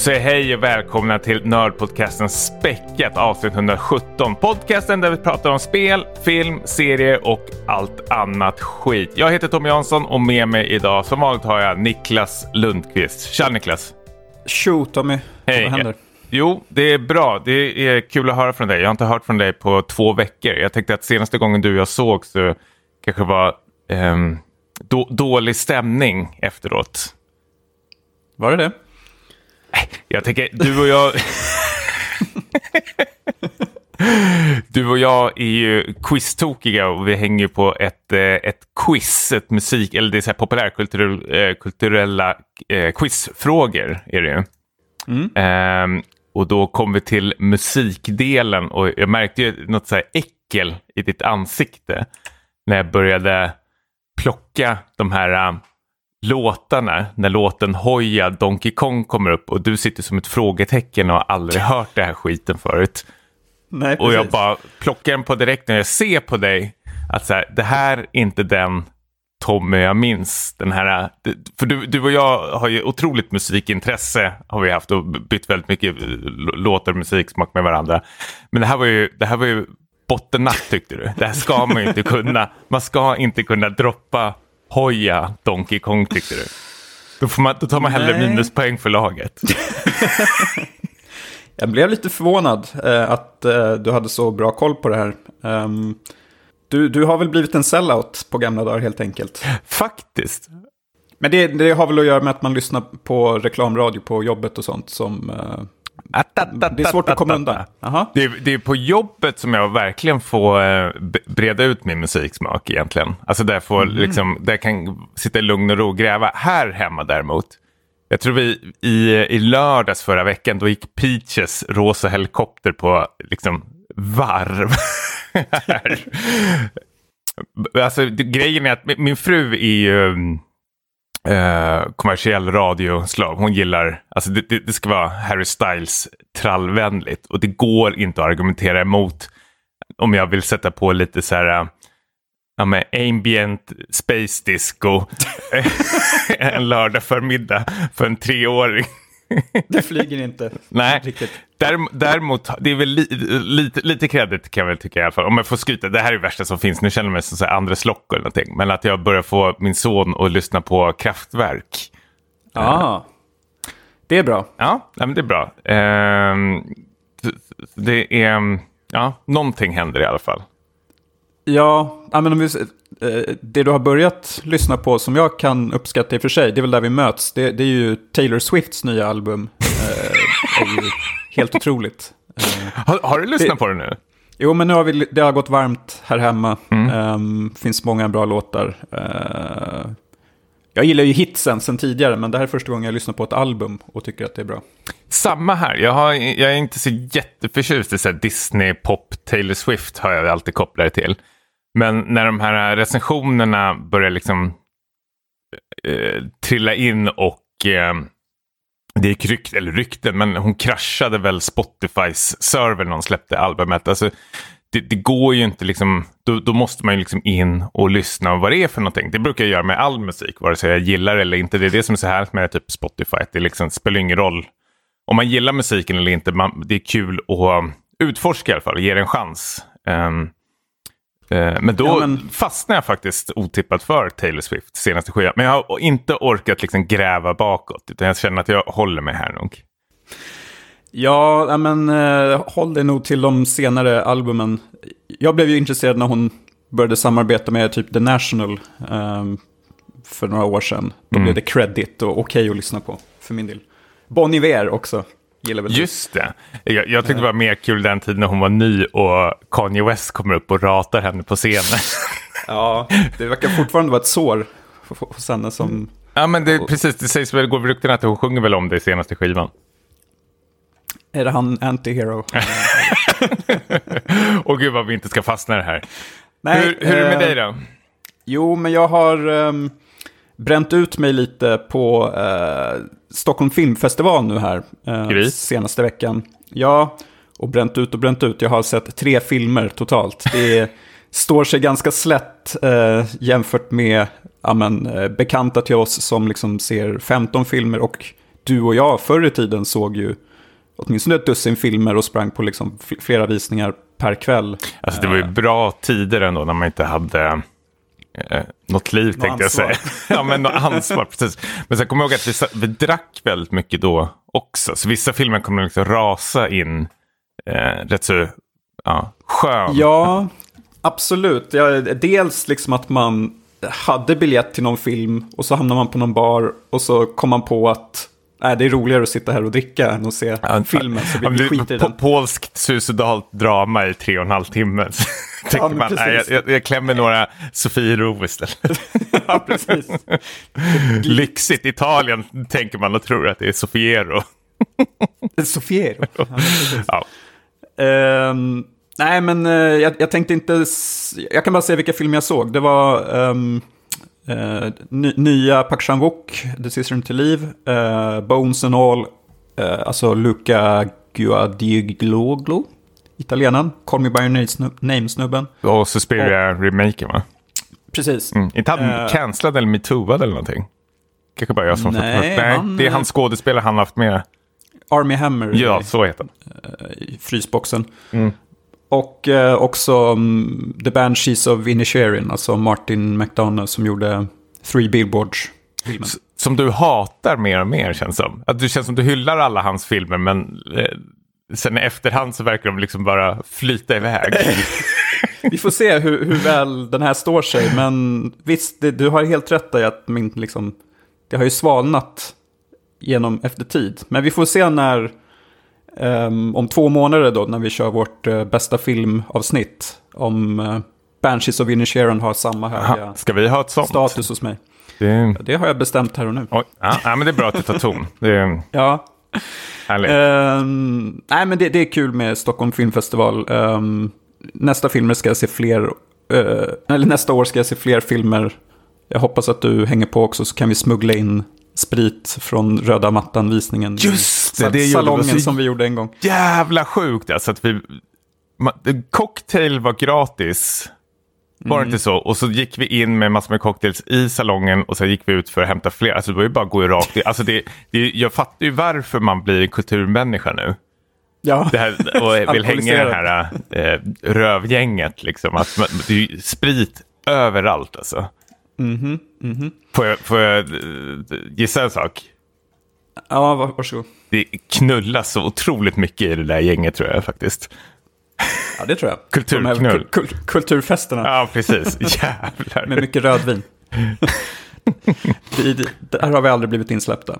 säger hej och välkomna till Nördpodcasten Späckat avsnitt 117. Podcasten där vi pratar om spel, film, serier och allt annat skit. Jag heter Tommy Jansson och med mig idag som vanligt har jag Niklas Lundqvist. Tja Niklas! Tjo Tommy! Hej! Vad händer? Jo, det är bra. Det är kul att höra från dig. Jag har inte hört från dig på 2 veckor. Jag tänkte att senaste gången du och jag såg så kanske var dålig stämning efteråt. Var det? Jag tänker, du och jag... Du och jag är ju quiztokiga och vi hänger på ett quiz, ett musik, eller det är så här populärkulturella quizfrågor är det ju. Och då kom vi till musikdelen och jag märkte ju något så här äckel i ditt ansikte när jag började plocka de här låtarna, när låten Hoja Donkey Kong kommer upp och du sitter som ett frågetecken och har aldrig hört det här skiten förut. Nej, och jag bara plockar den på direkt när jag ser på dig att så här, det här är inte den Tommy jag minns. Den här, för du och jag har ju otroligt musikintresse har vi haft och bytt väldigt mycket låtar och musiksmak med varandra. Men det här var ju bottennatt tyckte du. Det här ska man ju inte kunna. Man ska inte kunna droppa Hoja Donkey Kong tyckte du. Då tar man hellre minuspoäng för laget. Jag blev lite förvånad att du hade så bra koll på det här. Du har väl blivit en sellout på gamla dagar helt enkelt. Faktiskt. Men det har väl att göra med att man lyssnar på reklamradio på jobbet och sånt som... det är svårt att komma undan. Det är på jobbet som jag verkligen får breda ut min musiksmak egentligen. Alltså där jag kan sitta i lugn och ro och gräva. Här hemma däremot. Jag tror vi i lördags förra veckan då gick Peaches rosa helikopter på liksom varv. Alltså grejen är att min fru är ju kommersiell radioslav. Hon gillar, alltså det ska vara Harry Styles trallvänligt och det går inte att argumentera emot om jag vill sätta på lite så här ambient space disco en lördag förmiddag för en 3-åring. Det flyger inte. Nej, riktigt. Däremot, det är väl lite kredit kan jag väl tycka i alla fall. Om jag får skryta, det här är det värsta som finns. Nu känner jag mig som så här Andres Lock eller någonting. Men att jag börjar få min son att lyssna på Kraftwerk. Det är bra. Ja, men det är bra. Det är, någonting händer i alla fall. Ja, men om det du har börjat lyssna på som jag kan uppskatta i och för sig, det är väl där vi möts. Det är ju Taylor Swifts nya album. Är ju helt otroligt. Har du lyssnat på det nu? Jo, men nu det har gått varmt här hemma. Finns många bra låtar. Jag gillar ju hitsen sen tidigare, men det här är första gången jag lyssnar på ett album och tycker att det är bra. Samma här. Jag är inte så jätteförtjust i så här Disney, pop, Taylor Swift har jag alltid kopplat det till. Men när de här recensionerna börjar liksom trilla in och det gick rykten, men hon kraschade väl Spotifys server när hon släppte albumet. Alltså det går ju inte liksom, då måste man ju liksom in och lyssna och vad det är för någonting. Det brukar jag göra med all musik, vare sig jag gillar eller inte. Det är det som är så här med typ Spotify. Det liksom spelar ingen roll om man gillar musiken eller inte. Det är kul att utforska i alla fall, ge det en chans. Men då fastnar jag faktiskt otippat för Taylor Swift senaste skiva. Men jag har inte orkat liksom gräva bakåt, utan jag känner att jag håller mig här nog. Ja, men håll dig nog till de senare albumen. Jag blev ju intresserad när hon började samarbeta med typ The National för några år sedan. Då blev det credit och okej att lyssna på för min del. Bon Iver också. Just det. Jag tyckte det var mer kul den tiden när hon var ny och Kanye West kommer upp och ratar henne på scenen. Ja, det verkar fortfarande vara ett sår hos henne som... Ja, men precis, det sägs väl, går rykten att hon sjunger väl om det i senaste skivan. Är det han anti-hero? Och gud vad vi inte ska fastna i det här. Nej, hur är det med dig då? Jo, men jag har bränt ut mig lite på Stockholm Filmfestival nu här senaste veckan. Ja, och bränt ut. Jag har sett 3 filmer totalt. Det står sig ganska slätt jämfört med bekanta till oss som liksom ser 15 filmer och du och jag förr i tiden såg ju åtminstone ett dussin filmer och sprang på liksom flera visningar per kväll. Alltså det var ju bra tider ändå när man inte hade något liv tänkte jag säga. Ja, men något ansvar, precis. Men sen kommer jag ihåg att vi drack väldigt mycket då också. Så vissa filmer kommer liksom rasa in rätt så skön. Ja, absolut. Dels liksom att man hade biljett till någon film och så hamnar man på någon bar och så kom man på att det är roligare att sitta här och dricka än att se filmen. Så vi skiter i den. Polskt suicidalt drama i 3,5 timmar. Tänker man, jag klämmer några Sofiero istället. Ja, precis. Lyxigt Italien tänker man och tror att det är Sofiero. Sofiero. Ja. Nej, men jag tänkte inte... Jag kan bara säga vilka filmer jag såg. Det var nya Park Chan-wook, Decision to Leave, Bones and All, alltså Luca Guadagnino, italienaren, Call Me By Your Name-snubben. Och Suspiria-remaken, va? Precis. Inte han cancellad eller metooad eller någonting? Kanske bara jag som fått hört. Det är hans skådespelare han har haft med. Armie Hammer. Ja, så heter han. I frysboxen. Och också The Banshees of Inisherin, alltså Martin McDonagh som gjorde Three Billboards-filmen. Som du hatar mer och mer, känns som. Att du känns som du hyllar alla hans filmer, men sen i efterhand så verkar de liksom bara flyta iväg. Vi får se hur väl den här står sig, men visst, du har helt rätt i att det har ju svalnat efter tid. Men vi får se när... om 2 månader då, när vi kör vårt bästa filmavsnitt, om Banshees of Inisherin har samma höga ska vi ha ett sånt status hos mig. Det har jag bestämt här och nu. Oj, men det är bra att du tar ton. Ja. Härligt. Nej, men det är kul med Stockholm Filmfestival. Nästa år ska jag se fler filmer. Jag hoppas att du hänger på också, så kan vi smuggla in sprit från röda mattan-visningen. Just det salongen som vi gjorde en gång. Jävla sjukt alltså att cocktail var gratis. Var det inte så? Och så gick vi in med massor med cocktails i salongen och så gick vi ut för att hämta fler. Alltså det var ju bara att gå rakt in. Alltså jag fattar ju varför man blir en kulturmänniska nu. Ja. Det här, och vill hänga i det här rövgänget liksom. Att det är ju sprit överallt alltså. Får jag gissa en sak? Ja, varsågod. Det knullas så otroligt mycket i det där gänget, tror jag faktiskt. Ja, det tror jag. Kulturknull. Kulturfesterna. Ja, precis. Jävlar. Med mycket rödvin. Där har vi aldrig blivit insläppta.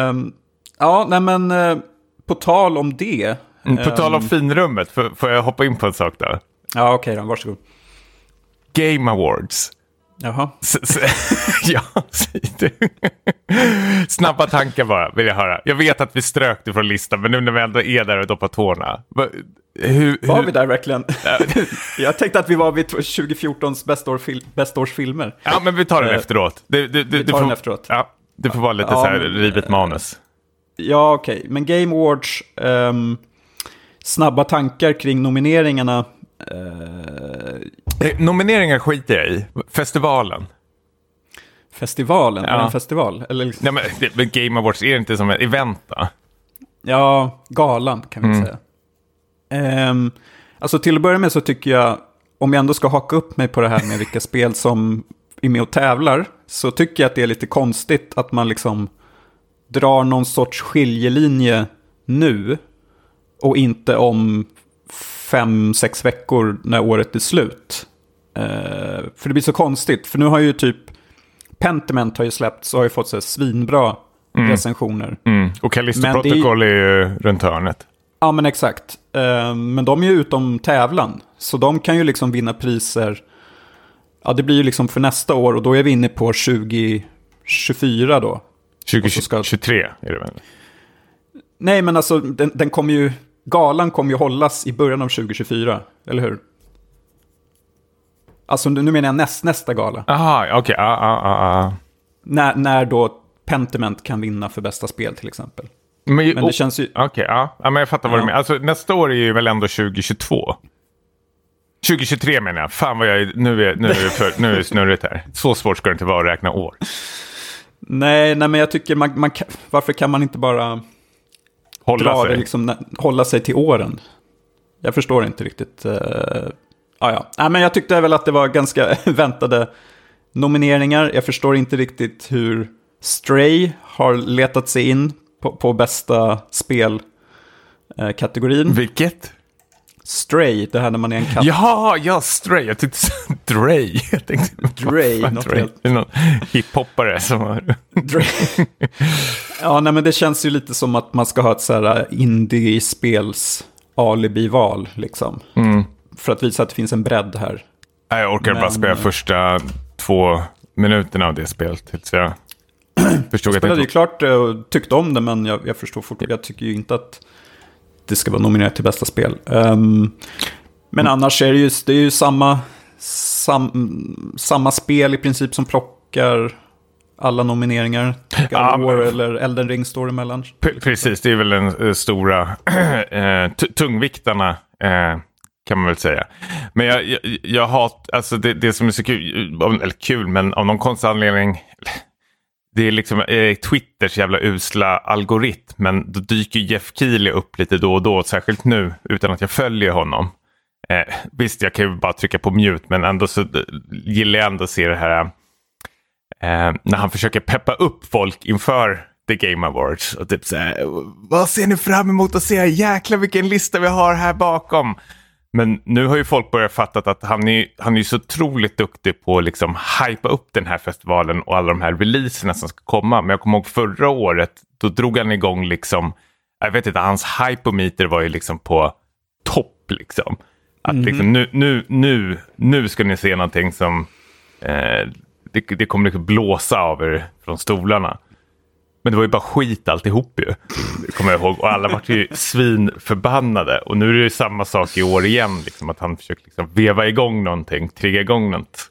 På tal om det. På tal om finrummet, får jag hoppa in på en sak då? Ja, okej då. Varsågod. Game Awards. Jaha. Ja, säg du. Snabba tankar bara, vill jag höra. Jag vet att vi strök det från listan, men nu när vi ändå är där och doppar tårna. Var vi där verkligen? Jag tänkte att vi var vid 2014s bästårsfilmer. Ja, men vi tar den efteråt. Vi tar den efteråt. Ja, det får vara lite så här rivet manus. Ja, okej. Men Game Awards, snabba tankar kring nomineringarna. Nomineringar skiter jag i. Festivalen. Festivalen? Ja. Är det en festival? Eller liksom... Nej, men Game Awards är inte som ett event då? Ja, galan kan vi säga. Alltså till att börja med så tycker jag, om jag ändå ska haka upp mig på det här med vilka spel som är med och tävlar, så tycker jag att det är lite konstigt att man liksom drar någon sorts skiljelinje nu och inte om 5-6 veckor när året är slut. För det blir så konstigt, för nu har ju typ Pentiment har ju släppts och har ju fått så svinbra recensioner. Och Callisto Protocol är ju runt hörnet. Ja, men exakt. Men de är ju utom tävlan. Så de kan ju liksom vinna priser. Ja, det blir ju liksom för nästa år. Och då är vi inne på 2024 då. 2023 är det väl? Nej, men alltså den kommer ju... Galan kommer ju hållas i början av 2024. Eller hur? Alltså nu menar jag nästa gala. Aha, okej. När då Pentiment kan vinna för bästa spel till exempel. Men det känns ju... Okej, ja. Men jag fattar vad du menar. Alltså nästa år är ju väl ändå 2022. 2023 menar jag. Fan vad jag... Nu är det snurrigt här. Så svårt ska det inte vara att räkna år. Nej, men jag tycker varför kan man inte bara hålla sig till åren? Jag förstår inte riktigt. Nej, men jag tyckte väl att det var ganska väntade nomineringar. Jag förstår inte riktigt hur Stray har letat sig in på bästa spelkategorin. Vilket? Stray, det här när man är en katt. Ja, Stray. Jag tyckte Dre. Jag tänkte, Dre, någon hiphoppare som har... Dre. Ja, nej, men det känns ju lite som att man ska ha ett så här indie-spels alibi-val, liksom. För att visa att det finns en bredd här. Jag orkar bara spela första 2 minuterna av det spelet. Så jag förstod spelade ju klart och tyckte om det, men jag förstår fortfarande. Jag tycker ju inte att det ska vara nominerat till bästa spel. Men annars är det ju samma spel i princip som plockar alla nomineringar. War eller Elden Ring står emellan. Precis, det är väl den stora tungviktarna kan man väl säga. Men jag hatar, alltså det som är så kul, men av någon konstig anledning, det är liksom Twitters jävla usla algoritm, men då dyker Jeff Keely upp lite då och då, särskilt nu, utan att jag följer honom. Visst, jag kan ju bara trycka på mute, men ändå så gillar jag ändå att se det här när han försöker peppa upp folk inför The Game Awards och typ såhär, vad ser ni fram emot att se? Jäklar vilken lista vi har här bakom. Men nu har ju folk börjat fatta att han är så otroligt duktig på att liksom hypa upp den här festivalen och alla de här releaserna som ska komma. Men jag kommer ihåg förra året, då drog han igång liksom, jag vet inte, hans hypometer var ju liksom på topp liksom. Att liksom nu ska ni se någonting som det kommer liksom blåsa av er från stolarna. Men det var ju bara skit alltihop ju, kommer jag ihåg. Och alla var ju svinförbannade. Och nu är det ju samma sak i år igen. Liksom, att han försöker liksom veva igång någonting, trigga igång något.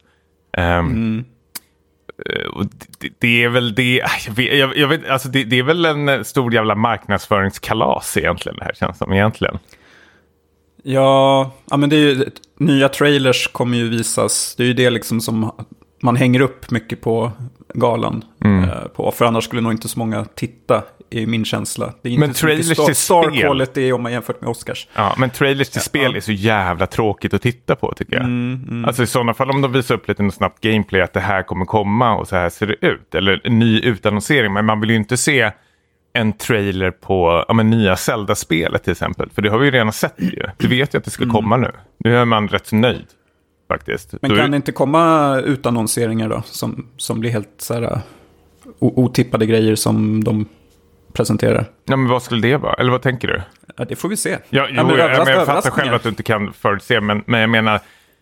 Och det är väl det... Jag vet, alltså det är väl en stor jävla marknadsföringskalas egentligen, det här känns som egentligen. Ja, men det är ju... Nya trailers kommer ju visas. Det är ju det liksom som man hänger upp mycket på galan på, för annars skulle nog inte så många titta, i min känsla. Det är inte men så mycket trailers till star spel, quality om man jämfört med Oscars. Ja, men trailers till spel är så jävla tråkigt att titta på, tycker jag. Alltså i sådana fall, om de visar upp lite snabbt gameplay att det här kommer komma och så här ser det ut, eller en ny utannonsering, men man vill ju inte se en trailer på nya Zelda-spelet till exempel, för det har vi ju redan sett ju. Du vet ju att det ska komma nu. Nu är man rätt nöjd. Faktiskt. Men kan det inte komma utannonseringar då som blir helt så här otippade grejer som de presenterar? Ja, men vad skulle det vara? Eller vad tänker du? Ja, det får vi se. Jag fattar själv att du inte kan förutse, men jag menar,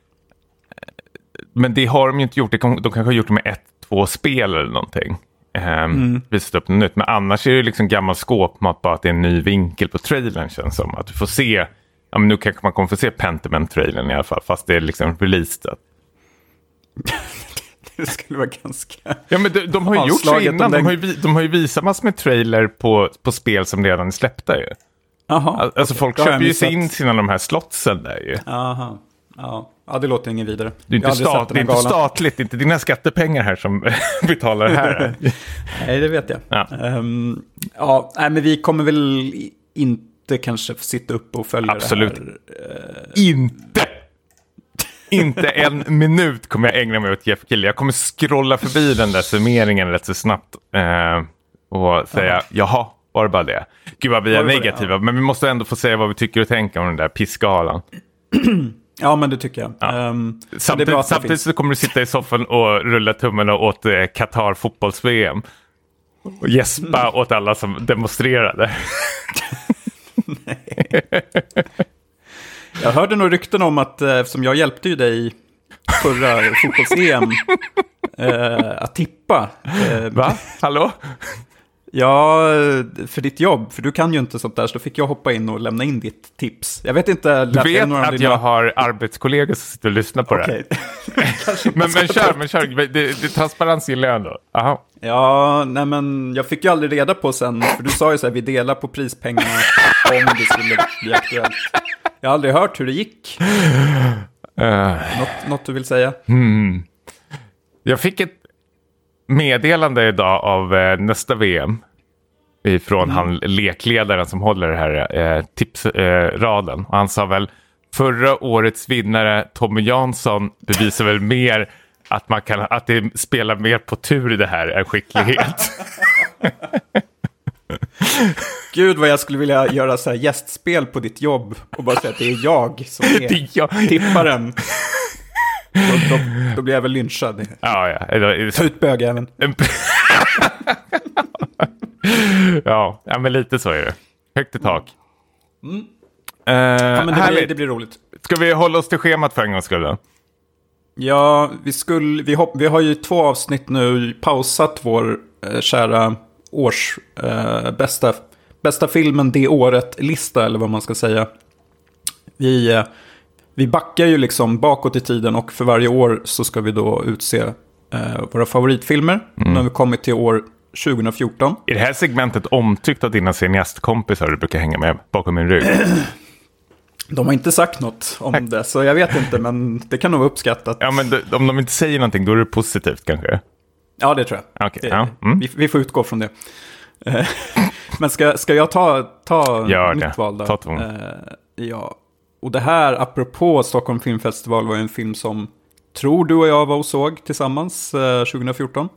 men det har de ju inte gjort. De kanske har gjort det med 1-2 spel eller någonting. Visat upp något nytt. Men annars är det liksom gammal skåpmat, bara att det är en ny vinkel på trailern, känns som. Att du får se. Ja, men nu kanske man kommer få se Pentiment-trailern i alla fall, fast det är liksom released. Det skulle vara ganska... Ja, men de har ju gjort så innan. De har ju visat massor med trailer på spel som redan är släppta ju. Aha, alltså folk köper ju in sina de här slotsen där ju. Aha. Ja, det låter ingen vidare. Det är inte statligt, det är inte dina skattepengar här som betalar här. Nej, det vet jag. Ja. Men vi kommer väl inte kanske sitta upp och följa absolut det här. Inte en minut kommer jag ägna mig åt Jeff Keely. Jag kommer scrolla förbi den där summeringen rätt så snabbt och säga, jaha, var det bara det? Gud vad vi är negativa, men vi måste ändå få säga vad vi tycker och tänker om den där pissgalan. Ja, men det tycker jag. Ja. Samtidigt så kommer du sitta i soffan och rulla tummarna åt Qatar fotbolls-VM och gäspa åt alla som demonstrerade. Nej. Jag hörde nog rykten om att, eftersom jag hjälpte ju dig förra fotbolls-EM att tippa. Va? Hallå? Ja, för ditt jobb. För du kan ju inte sånt där, så då fick jag hoppa in och lämna in ditt tips. Jag vet inte... Du vet att jag har arbetskollegor som sitter och lyssnar på det. men kör. Det är transparens gillar jag ändå. Aha. Ja, nej men jag fick ju aldrig reda på sen. För du sa ju så här, vi delar på prispengarna om det skulle bli aktuellt. Jag har aldrig hört hur det gick. Något du vill säga? Jag fick meddelande idag av nästa VM ifrån han lekledaren som håller det här tipsraden. Och han sa väl förra årets vinnare Tommy Jansson bevisar väl mer att det spelar mer på tur i det här än skicklighet. Gud vad jag skulle vilja göra så här gästspel på ditt jobb och bara säga att det är jag som är tipparen. Då blir jag väl lynchad. Ja. Ta ut bögjäveln. Ja, men lite så är det. Högt i tak. Ja, men det blir roligt. Ska vi hålla oss till schemat för en gångs skull då? Ja, vi har ju 2 avsnitt nu pausat vår kära års bästa filmen det året-lista, eller vad man ska säga. Vi backar ju liksom bakåt i tiden, och för varje år så ska vi då utse våra favoritfilmer. Nu har vi kommit till år 2014. Är det här segmentet omtyckt av dina cineastkompisar du brukar hänga med bakom min rygg? De har inte sagt något om det, så jag vet inte, men det kan nog vara uppskattat. Ja, men om de inte säger någonting, då är det positivt kanske? Ja, det tror jag. Okay, ja. Vi får utgå från det. Men ska jag ta mitt val då? Ja. Och det här, apropå Stockholm Filmfestival, var en film som tror du och jag var och såg tillsammans 2014.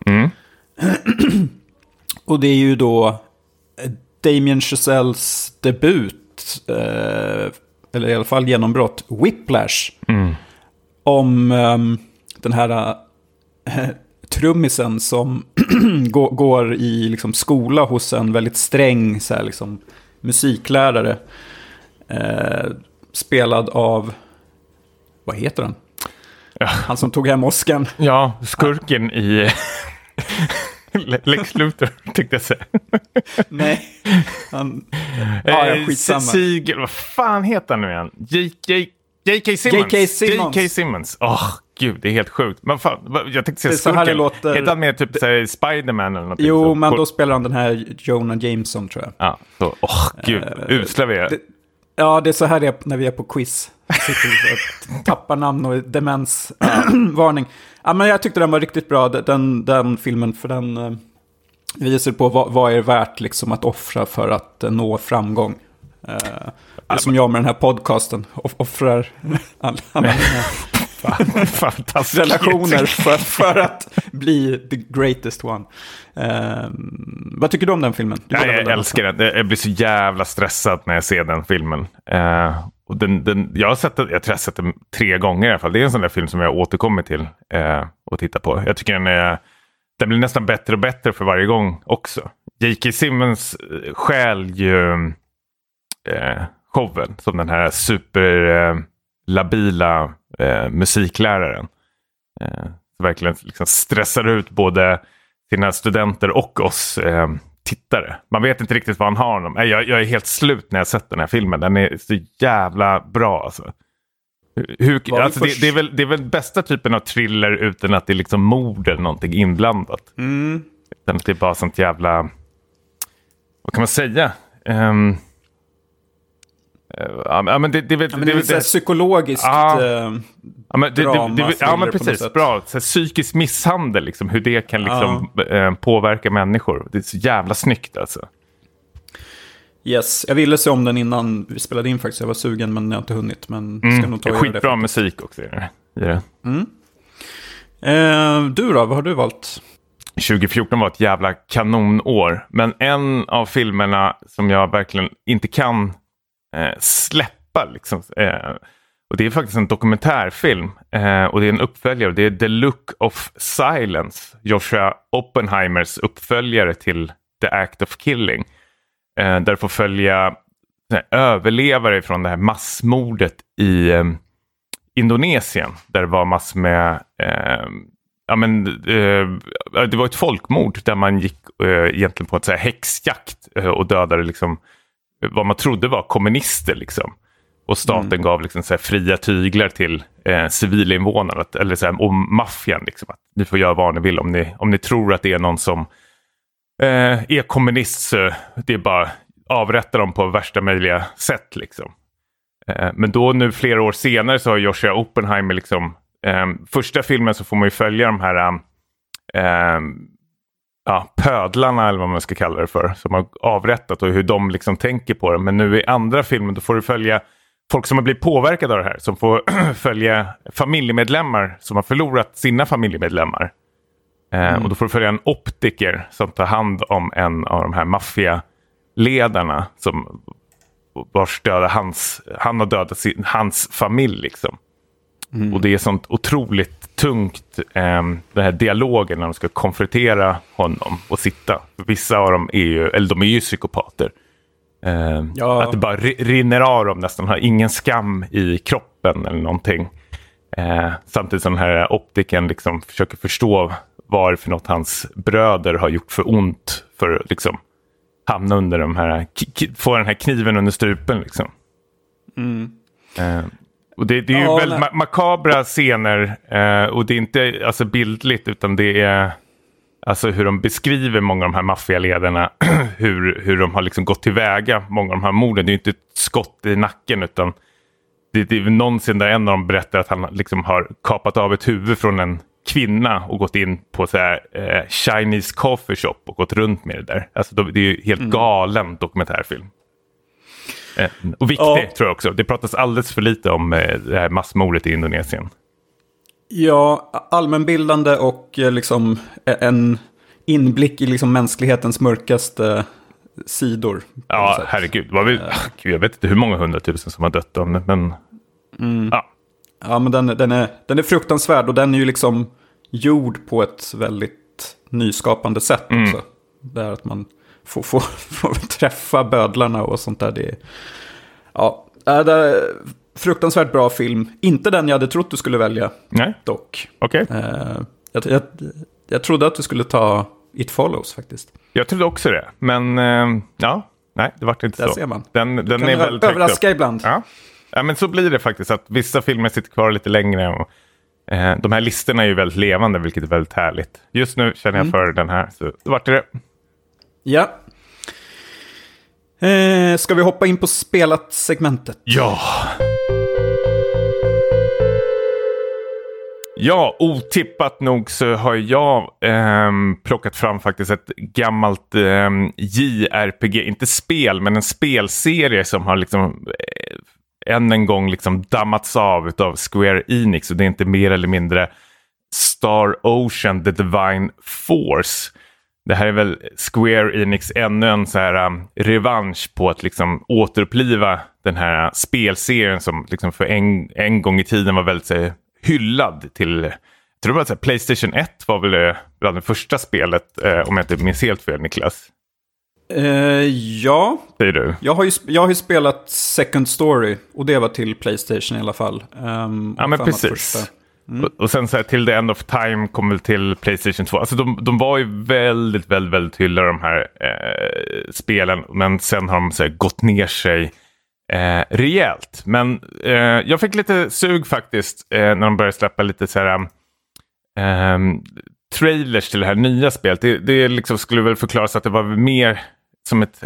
Och det är ju då Damien Chazelles debut, eller i alla fall genombrott, Whiplash. Om den här trummisen som går i liksom skola hos en väldigt sträng så här, liksom, musiklärare. Spelad av, vad heter han? Ja. Han som tog hem Oscar. Ja, skurken i Lex Luthor, tyckte jag säga. Nej, skitsamma. Vad fan heter han nu igen? J.K. Simmons. Gud, det är helt sjukt. Men fan, jag tänkte säga skurken. Heter han med typ såhär, Spider-Man eller något? Jo, men då spelar han den här Jonah Jameson, tror jag. Ja, så. Gud, usla vi är. Ja, det är så här det är när vi är på quiz. Tappar namn och demensvarning. Ja, men jag tyckte den var riktigt bra, den filmen, för den visar på vad är värt liksom att offra för att nå framgång. Det som jag med den här podcasten offrar alla relationer för att bli the greatest one. Vad tycker du om den filmen? Jag älskar den. Jag blir så jävla stressad när jag ser den filmen. Och jag har sett den 3 gånger i alla fall. Det är en sån där film som jag återkommer till och tittar på. Jag tycker den blir nästan bättre och bättre för varje gång också. J.K. Simmons stjäl ju showen som den här superlabila musikläraren. Verkligen liksom stressar ut både sina studenter och oss tittare. Man vet inte riktigt vad han har honom. Jag är helt slut när jag sett den här filmen. Den är så jävla bra alltså. Det är väl bästa typen av thriller utan att det är liksom mord eller någonting inblandat. Utan att det är bara sånt jävla, vad kan man säga? Ja, men det är psykologiskt drama. Ja, men precis. Bra. Så psykisk misshandel, liksom, hur det kan liksom, påverka människor. Det är så jävla snyggt alltså. Yes, jag ville se om den innan vi spelade in faktiskt. Jag var sugen, men jag har inte hunnit. Men ska nog ta skitbra det musik också i det. Du då, vad har du valt? 2014 var ett jävla kanonår. Men en av filmerna som jag verkligen inte kan släppa liksom, och det är faktiskt en dokumentärfilm, och det är en uppföljare, det är The Look of Silence, Joshua Oppenheimers uppföljare till The Act of Killing, där får följa överlevare från det här massmordet i Indonesien, där det var massor med det var ett folkmord där man gick egentligen på ett så här häxjakt och dödade liksom vad man trodde var kommunister liksom. Och staten gav liksom så här fria tyglar till civilinvånare, eller så här, och maffian liksom, att ni får göra vad ni vill om ni tror att det är någon som är kommunist, så det är bara avrätta dem på värsta möjliga sätt liksom. Men då nu flera år senare så har Joshua Oppenheimer liksom, första filmen så får man ju följa de här pödlarna eller vad man ska kalla det för, som har avrättat och hur de liksom tänker på det. Men nu i andra filmen då får du följa folk som har blivit påverkade av det här, som får följa familjemedlemmar som har förlorat sina familjemedlemmar. Och då får du följa en optiker som tar hand om en av de här maffialedarna som vars döda han har dödat hans familj liksom. Och det är sånt otroligt tungt, den här dialogen när de ska konfrontera honom och sitta. För vissa av dem är ju psykopater. Att det bara rinner av dem nästan, har ingen skam i kroppen eller någonting. Samtidigt som den här optiken liksom försöker förstå vad för något hans bröder har gjort för ont för att liksom hamna under de här, få den här kniven under strupen liksom. Och det är ju väldigt makabra scener, och det är inte alltså bildligt, utan det är alltså hur de beskriver många av de här maffialedarna, hur de har liksom gått tillväga, många av de här morden. Det är ju inte ett skott i nacken, utan det är någonsin där en av dem berättar att han liksom har kapat av ett huvud från en kvinna och gått in på så här Chinese coffee shop och gått runt med det där. Alltså det är ju helt galen dokumentärfilm. Och viktigt tror jag också. Det pratas alldeles för lite om det här massmordet i Indonesien. Ja, allmänbildande och liksom en inblick i liksom mänsklighetens mörkaste sidor. Ja, herregud. Jag vet inte hur många 100 000 som har dött om det, men Ja, men den är fruktansvärd, och den är ju liksom gjord på ett väldigt nyskapande sätt också. Där att man får träffa bödlarna och sånt där. Det är fruktansvärt bra film. Inte den jag hade trott du skulle välja. Nej. Dock. Okej. Jag trodde att du skulle ta It Follows faktiskt. Jag trodde också det. Men nej, det var inte där så. Ser man. Den är väldigt överraska ibland. Ja, men så blir det faktiskt, att vissa filmer sitter kvar lite längre. Och, de här listorna är ju väldigt levande, vilket är väldigt härligt. Just nu känner jag för den här, så det vart det. Ja. Ska vi hoppa in på spelat-segmentet? Ja, otippat nog så har jag plockat fram faktiskt ett gammalt JRPG, inte spel, men en spelserie som har liksom än en gång liksom dammats av Square Enix, och det är inte mer eller mindre Star Ocean The Divine Force. Det här är väl Square Enix ännu en så här revansch på att liksom återuppliva den här spelserien som liksom för en gång i tiden var väldigt så här, hyllad till, jag tror att PlayStation 1 var väl bland det första spelet, om jag inte minns helt fel, Niklas. Ja. Säger du? Jag har ju spelat Second Story, och det var till PlayStation i alla fall. Ja, men precis. Och sen så här, till The End of Time kom väl till PlayStation 2. Alltså de var ju väldigt, väldigt, väldigt hyllade, de här spelen. Men sen har de så här, gått ner sig rejält. Men jag fick lite sug faktiskt när de började släppa lite så här trailers till det här nya spelet. Det liksom skulle väl förklaras att det var mer som ett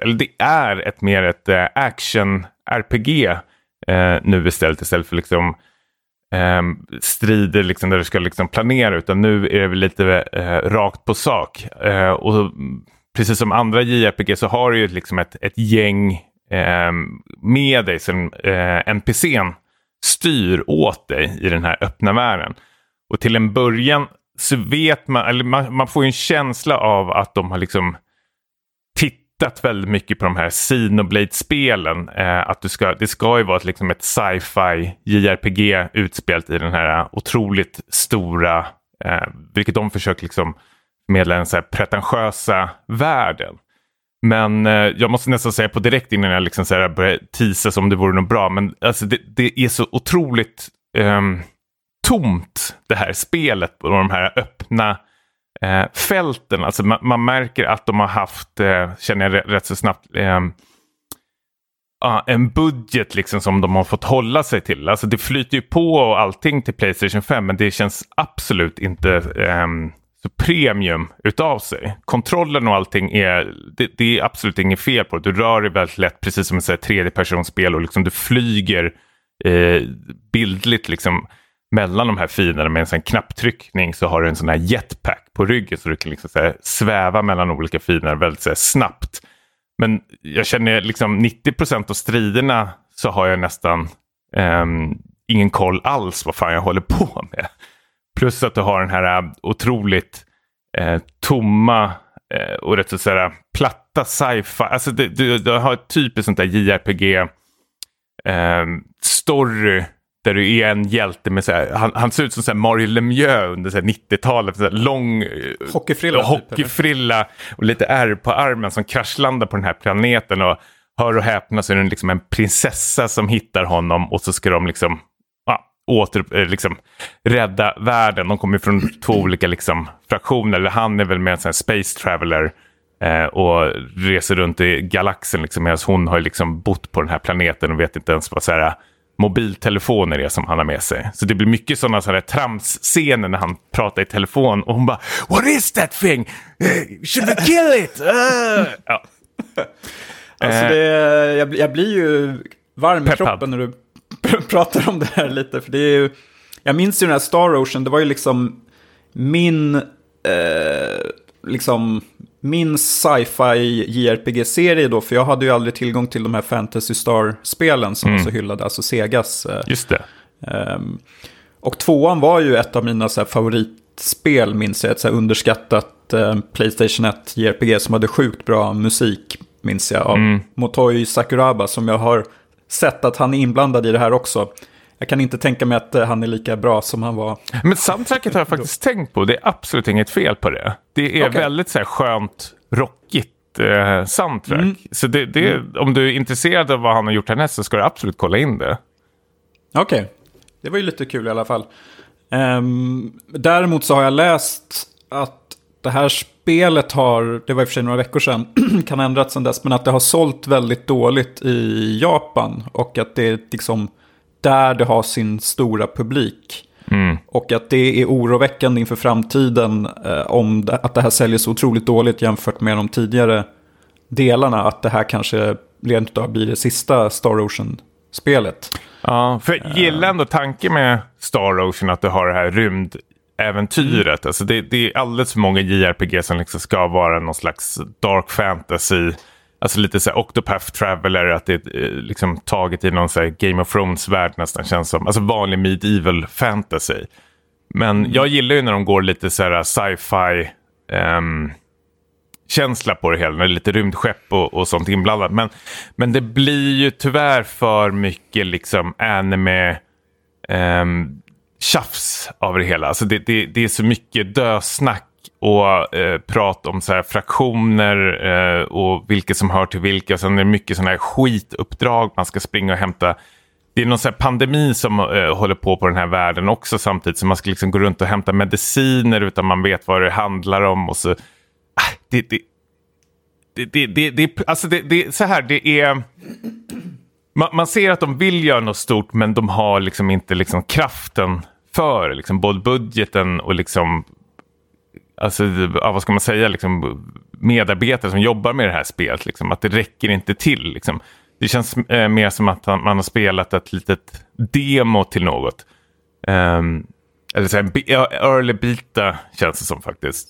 action-RPG nu istället för liksom strider liksom där du ska liksom planera, utan nu är det väl lite rakt på sak. Och precis som andra JRPG så har du ju liksom ett gäng med dig som NPC:n styr åt dig i den här öppna världen. Och till en början så vet man, eller man får ju en känsla av att de har liksom tittat väldigt mycket på de här Xenoblade-spelen. Att det ska ju vara liksom ett sci-fi JRPG utspelat i den här otroligt stora, vilket de försöker liksom medla den så här pretentiösa världen. Men jag måste nästan säga på direkt innan jag liksom så här börjar teasa som det vore något bra. Men alltså det är så otroligt tomt, det här spelet på de här öppna fälten. Alltså man märker att de har haft, känner jag rätt så snabbt, en budget liksom som de har fått hålla sig till. Alltså det flyter ju på och allting till PlayStation 5, men det känns absolut inte så premium utav sig. Kontrollen och allting det är absolut inget fel på det. Du rör dig väldigt lätt, precis som ett tredjepersonsspel, och liksom du flyger bildligt liksom mellan de här fienderna med en sån knapptryckning, så har du en sån här jetpack på ryggen så du kan liksom så här sväva mellan olika fiender väldigt så här snabbt. Men jag känner liksom 90% av striderna så har jag nästan ingen koll alls vad fan jag håller på med. Plus att du har den här otroligt tomma och rätt så här platta sci-fi. Alltså du har ett typiskt sånt där JRPG story där du är en hjälte med så här, han ser ut som så här Mario Lemieux under så här 90-talet, så här lång hockeyfrilla och lite ärr på armen som kraschlandar på den här planeten, och hör och häpna så är det liksom en prinsessa som hittar honom, och så ska de liksom liksom rädda världen. De kommer från 2 olika liksom fraktioner, eller han är väl med en sån här space traveler och reser runt i galaxen liksom, medan hon har liksom bott på den här planeten och vet inte ens vad så här mobiltelefoner är som han har med sig. Så det blir mycket sådana här tramsscener när han pratar i telefon och hon bara "What is that thing? Should we kill it?" Ja. Alltså jag blir ju varm i kroppen när du pratar om det här lite, för det är ju, jag minns ju den här Star Ocean, det var ju liksom min sci-fi JRPG-serie då, för jag hade ju aldrig tillgång till de här Fantasy Star-spelen som var så hyllade, alltså Segas. Just det. Och 2:an var ju ett av mina så här favoritspel, minns jag, ett så här underskattat PlayStation 1 JRPG som hade sjukt bra musik, minns jag, av Motoi Sakuraba, som jag har sett att han är inblandad i det här också. Jag kan inte tänka mig att han är lika bra som han var. Men soundtracket har jag faktiskt tänkt på. Det är absolut inget fel på det. Det är väldigt så här skönt, rockigt soundtrack. Så om du är intresserad av vad han har gjort härnäst så ska du absolut kolla in det. Okej. Det var ju lite kul i alla fall. Däremot så har jag läst att det här spelet har, det var i och för sig några veckor sedan, kan ha ändrats sedan dess, men att det har sålt väldigt dåligt i Japan, och att det är liksom där det har sin stora publik. Och att det är oroväckande inför framtiden att det här säljer så otroligt dåligt jämfört med de tidigare delarna, att det här kanske rent av blir det sista Star Ocean-spelet. Ja, för jag gillar ändå tanken med Star Ocean att du har det här rymdäventyret. Alltså det är alldeles för många JRPG som liksom ska vara någon slags dark fantasy. Alltså lite så här Octopath Traveler, att det är liksom taget i någon så här Game of Thrones-värld nästan, känns som. Alltså vanlig medieval fantasy. Men jag gillar ju när de går lite så här sci-fi känsla på det hela, när det är lite rymdskepp och sånt inblandat. Men det blir ju tyvärr för mycket liksom anime tjafs av det hela. Alltså det är så mycket dösnack och prat om så här fraktioner och vilka som hör till vilka. Och sen är det mycket sådana här skituppdrag man ska springa och hämta. Det är någon så här pandemi som håller på den här världen också, samtidigt som man ska liksom gå runt och hämta mediciner utan man vet vad det handlar om. Och så man ser att de vill göra något stort, men de har liksom inte liksom kraften för liksom både budgeten och liksom, alltså, vad ska man säga, liksom medarbetare som jobbar med det här spelet, liksom, att det räcker inte till liksom. Det känns mer som att man har spelat ett litet demo till något. Eller så här, early beta känns det som faktiskt.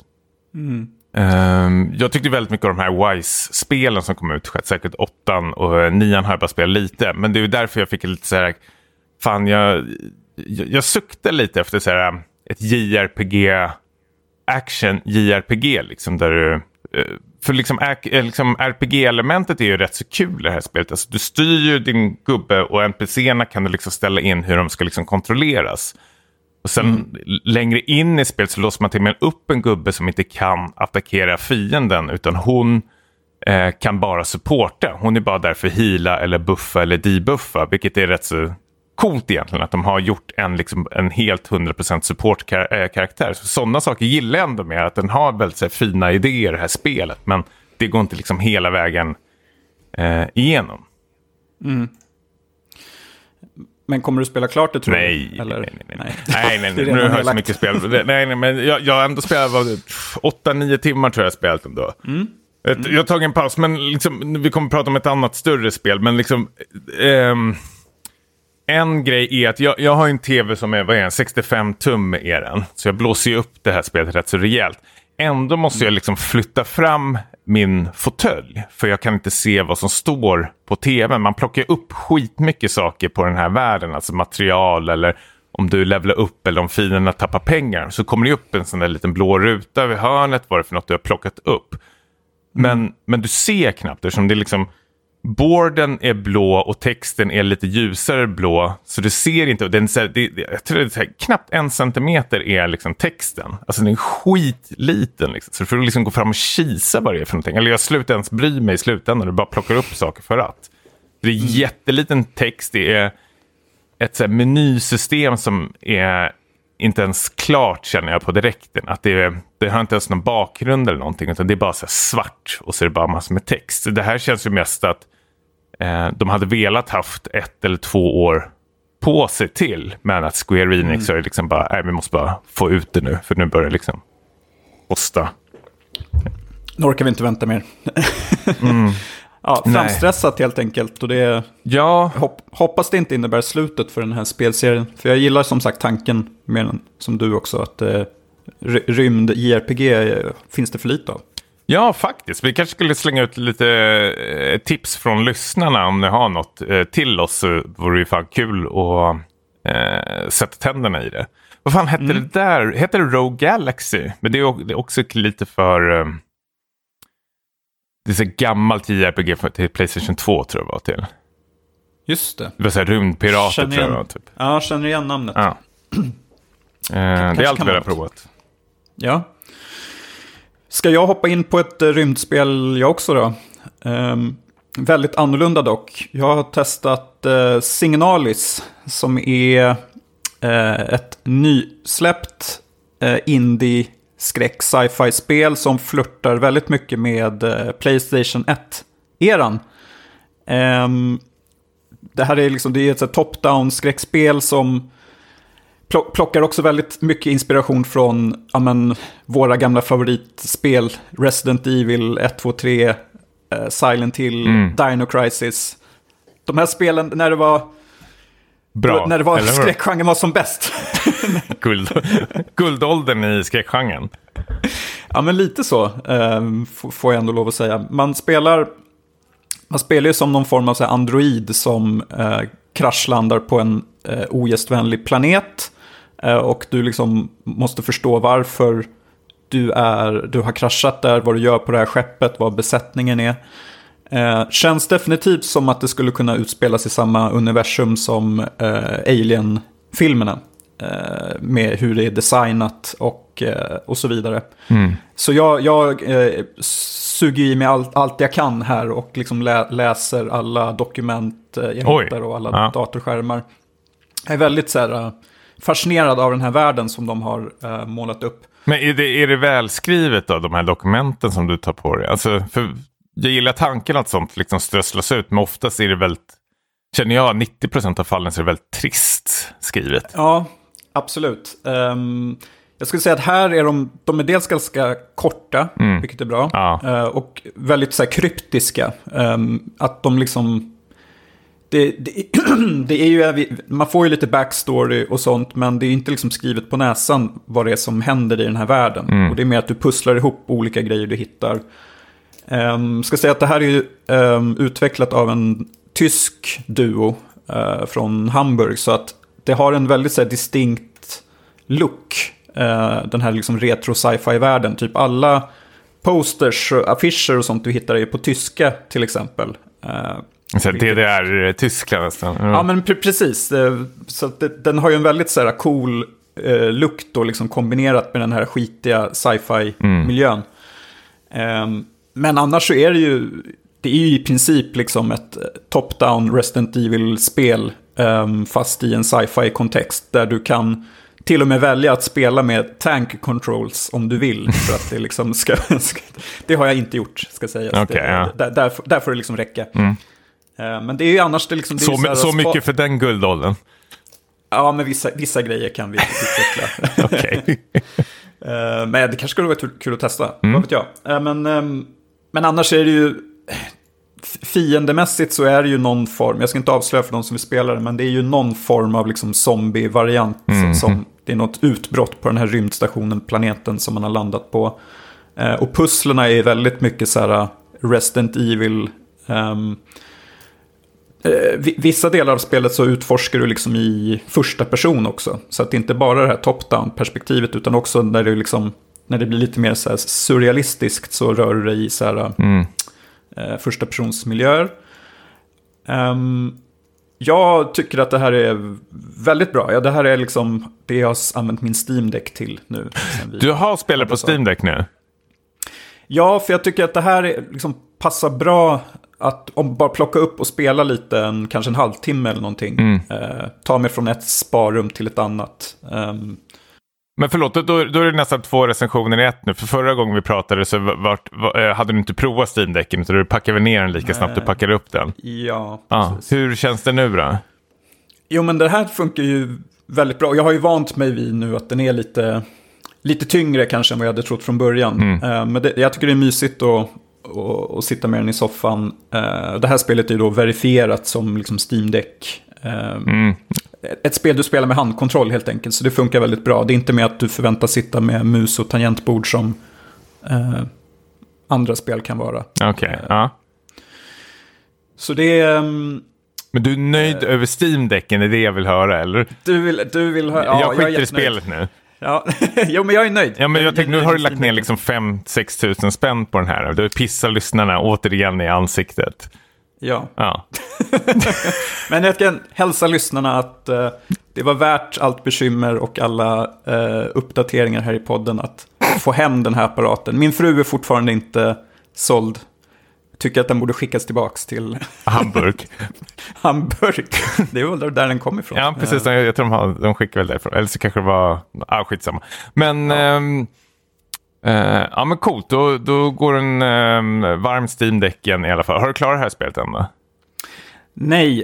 Jag tyckte väldigt mycket av de här Wise-spelen som kom ut, säkert 8 och 9 har jag bara spelat lite. Men det är ju därför jag fick lite så här, fan jag suktar lite efter så här ett JRPG, action JRPG liksom, där du, för liksom RPG-elementet är ju rätt så kul i det här spelet. Alltså, du styr ju din gubbe och NPC:erna kan du liksom ställa in hur de ska liksom kontrolleras. Och sen längre in i spelet så låser man till med upp en gubbe som inte kan attackera fienden, utan hon kan bara supporta. Hon är bara där för heala eller buffa eller debuffa, vilket är rätt så coolt egentligen, att de har gjort en helt 100% support-karaktär. Så sådana saker gillar jag ändå med, att den har väldigt så här fina idéer i det här spelet, men det går inte liksom hela vägen igenom. Men kommer du spela klart det, tror du? Nej. Nu har jag så mycket spel. Nej, men jag har ändå spelat 8-9 timmar tror jag spelat ändå. Jag har tagit en paus, men liksom, vi kommer prata om ett annat större spel, men liksom En grej är att jag har en tv som är 65 tum är den. Så jag blåser ju upp det här spelet rätt så rejält. Ändå måste jag liksom flytta fram min fåtölj. För jag kan inte se vad som står på tvn. Man plockar upp skitmycket saker på den här världen. Alltså material eller om du levlar upp eller om fienderna tappar pengar. Så kommer det upp en sån där liten blå ruta vid hörnet. Vad det för något du har plockat upp. Men du ser knappt eftersom det är liksom... Borden är blå och texten är lite ljusare blå. Så du ser inte... Den, jag tror det är knappt 1 centimeter är liksom texten. Alltså den är skitliten. Liksom. Så du får liksom gå fram och kisa vad det är för någonting. Eller jag slutar ens bry mig i slutändan. Du bara plockar upp saker för att. Det är jätteliten text. Det är ett så här menysystem som är inte ens klart känner jag på direkten. Att det har inte ens någon bakgrund eller någonting. Utan det är bara så här svart och så är det bara massor med text. Så det här känns ju mest att de hade velat haft 1 eller 2 år på sig till. Men att Square Enix är liksom bara, nej vi måste bara få ut det nu. För nu börjar det liksom kosta. Nu orkar vi inte vänta mer. Ja, framstressat helt enkelt. Och det hoppas det inte innebär slutet för den här spelserien. För jag gillar som sagt tanken med den, som du också, att rymd JRPG finns det för lite av. Ja, faktiskt. Vi kanske skulle slänga ut lite tips från lyssnarna om ni har något till oss. Så vore det ju fan kul att sätta tänderna i det. Vad fan hette det där? Heter det Rogue Galaxy? Men det är också lite för... det är så gammalt JRPG till PlayStation 2 tror jag var till. Just det. Det var så här rymdpirater tror jag. Typ. Ja, känner igen namnet. Ja. Det är allt vi har provat. Ja. Ska jag hoppa in på ett rymdspel jag också då? Väldigt annorlunda dock. Jag har testat Signalis som är ett nysläppt indie skräck sci-fi spel som flörtar väldigt mycket med PlayStation 1-eran. Det här är liksom, det är ett top-down skräckspel som plockar också väldigt mycket inspiration från våra gamla favoritspel. Resident Evil 1, 2, 3, Silent Hill, Dino Crisis. De här spelen när det var bra, när det var skräckgenren var som bäst. Guldåldern i skräckgenren. Ja, men lite så får jag ändå lov att säga. Man spelar ju som någon form av så här android som kraschlandar på en ogästvänlig planet. Och du liksom måste förstå varför du har kraschat där, vad du gör på det här skeppet, vad besättningen är. Känns definitivt som att det skulle kunna utspelas i samma universum som Alien-filmerna. Med hur det är designat och så vidare. Så jag suger i mig allt jag kan här och liksom läser alla dokument jag hittar och alla datorskärmar. Jag är väldigt så här, fascinerad av den här världen som de har målat upp. Men är det välskrivet då, de här dokumenten som du tar på dig? Alltså, för jag gillar tanken att sånt liksom strösslas ut, men oftast är det väldigt, känner jag, 90% av fallen så är det väldigt trist skrivet. Ja, absolut. Jag skulle säga att här är de är dels ganska korta, vilket är bra. Ja. Och väldigt så här kryptiska. Att de liksom... Det är ju, man får ju lite backstory och sånt, men det är inte liksom skrivet på näsan vad det är som händer i den här världen. Och det är mer att du pusslar ihop olika grejer du hittar. Ska säga att det här är ju utvecklat av en tysk duo från Hamburg, så att det har en väldigt så här distinkt look, den här liksom retro sci-fi-världen. Typ alla posters, affischer och sånt du hittar är ju på tyska till exempel. Så DDR-Tyskland nästan. Ja, men precis. Så den har ju en väldigt så här cool look då, liksom kombinerat med den här skitiga sci-fi-miljön. Men annars så är det är ju i princip liksom ett top-down Resident Evil-spel fast i en sci-fi-kontext där du kan till och med välja att spela med tank controls om du vill, för att det liksom det har jag inte gjort, ska sägas. Okay, där får det liksom räcka. Men det är ju annars det liksom... Det så mycket för den guldåldern. Ja, men vissa grejer kan vi utveckla. Okej. Men det kanske skulle vara kul att testa. Vad vet jag. Men annars är det ju... fiendemässigt så är det ju någon form, jag ska inte avslöja för de som vill spela det, men det är ju någon form av liksom zombie-variant. Som, det är något utbrott på den här rymdstationen, planeten som man har landat på. Och pusslerna är väldigt mycket så här Resident Evil. Vissa delar av spelet så utforskar du liksom i första person också. Så att det inte bara är det här top-down perspektivet, utan också när det liksom, när det blir lite mer så här surrealistiskt, så rör du dig i så här första persons miljöer. Jag tycker att det här är väldigt bra. Ja, det här är liksom det jag har använt min Steam Deck till nu. Du har spelat på Steam Deck nu? Ja, för jag tycker att det här är, liksom, passar bra att bara plocka upp och spela lite, kanske en halvtimme eller någonting. Ta mig från ett sparrum till ett annat. Men förlåt, då är det nästan 2 recensioner i ett nu. För förra gången vi pratade så hade du inte provat Steam-däcken, utan du packade ner den lika snabbt du packade upp den. Ja, precis. Hur känns det nu då? Jo, men det här funkar ju väldigt bra. Jag har ju vant mig vid nu att den är lite tyngre kanske än vad jag hade trott från början. Men jag tycker det är mysigt att sitta med den i soffan. Det här spelet är ju då verifierat som liksom Steam Deck. Ett spel du spelar med handkontroll helt enkelt, så det funkar väldigt bra. Det är inte med att du förväntas sitta med mus och tangentbord som andra spel kan vara. Okej, ja. Så det är... Men du är nöjd över Steam-däcken, är det jag vill höra, eller? Du vill höra... Ja, jag skiter i spelet nu. Ja, jo, men jag är nöjd. Ja, men jag tänkte, nu har du lagt ner liksom 5-6 tusen spänn på den här. Du pissar lyssnarna återigen i ansiktet. Ja. Men jag kan hälsa lyssnarna att det var värt allt bekymmer och alla uppdateringar här i podden att få hem den här apparaten. Min fru är fortfarande inte såld. Tycker att den borde skickas tillbaks till Hamburg. Hamburg. Det är väl där den kommer ifrån. Ja, precis. Jag tror de skickar väl därifrån. Eller så kanske det var... skitsamma. Men... Ja, men coolt. Då går en varm Steam-däcken i alla fall. Har du klarat det här spelet än då? Nej.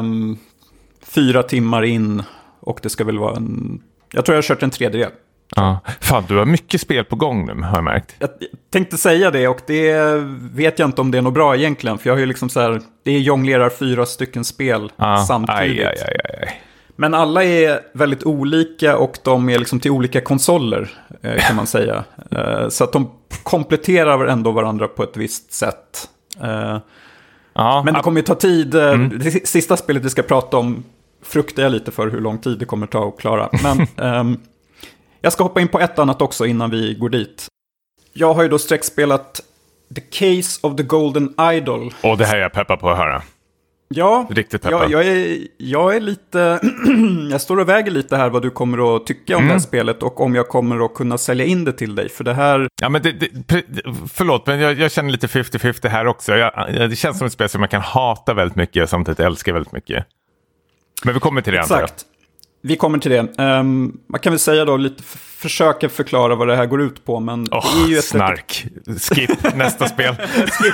4 timmar in. Och det ska väl vara jag tror jag har kört en 3D. Ja. Fan, du har mycket spel på gång nu, har jag märkt. Jag tänkte säga det, och det vet jag inte om det är något bra egentligen. För jag har ju liksom så här, det jonglerar 4 stycken spel samtidigt. Aj. Men alla är väldigt olika, och de är liksom till olika konsoler, kan man säga. Så att de kompletterar ändå varandra på ett visst sätt. Men det kommer ju ta tid. Det sista spelet vi ska prata om fruktar jag lite för hur lång tid det kommer ta att klara. Men jag ska hoppa in på ett annat också innan vi går dit. Jag har ju då streckspelat The Case of the Golden Idol. Och det här är jag peppar på att höra. Ja, riktigt peppad. Jag är lite... jag står och väger lite här vad du kommer att tycka om det här spelet, och om jag kommer att kunna sälja in det till dig. För det här... Ja, men förlåt, men jag känner lite 50-50 här också. Det känns som ett spel som jag kan hata väldigt mycket och samtidigt älskar väldigt mycket. Men vi kommer till det. Exakt. Vi kommer till det. Man kan väl säga då lite, försöka förklara vad det här går ut på. Men det är ju ett snark. Skip, nästa spel. Skip.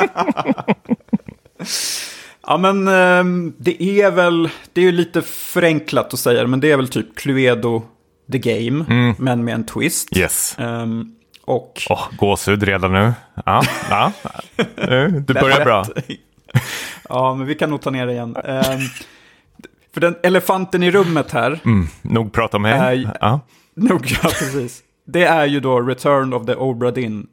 Ja, men det är ju lite förenklat att säga det, men det är väl typ Cluedo the Game, men med en twist. Yes. Och... gåshud redan nu. Ja. Du börjar bra. Ja, men vi kan nog ta ner det igen. För den elefanten i rummet här... nog prata om mig. Nog, ja, precis. Det är ju då Return of the Obra Dinn.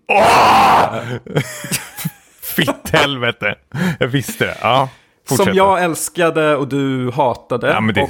Fitt helvete. Jag visste det. Ja, fortsätt. Som jag älskade och du hatade. Ja, men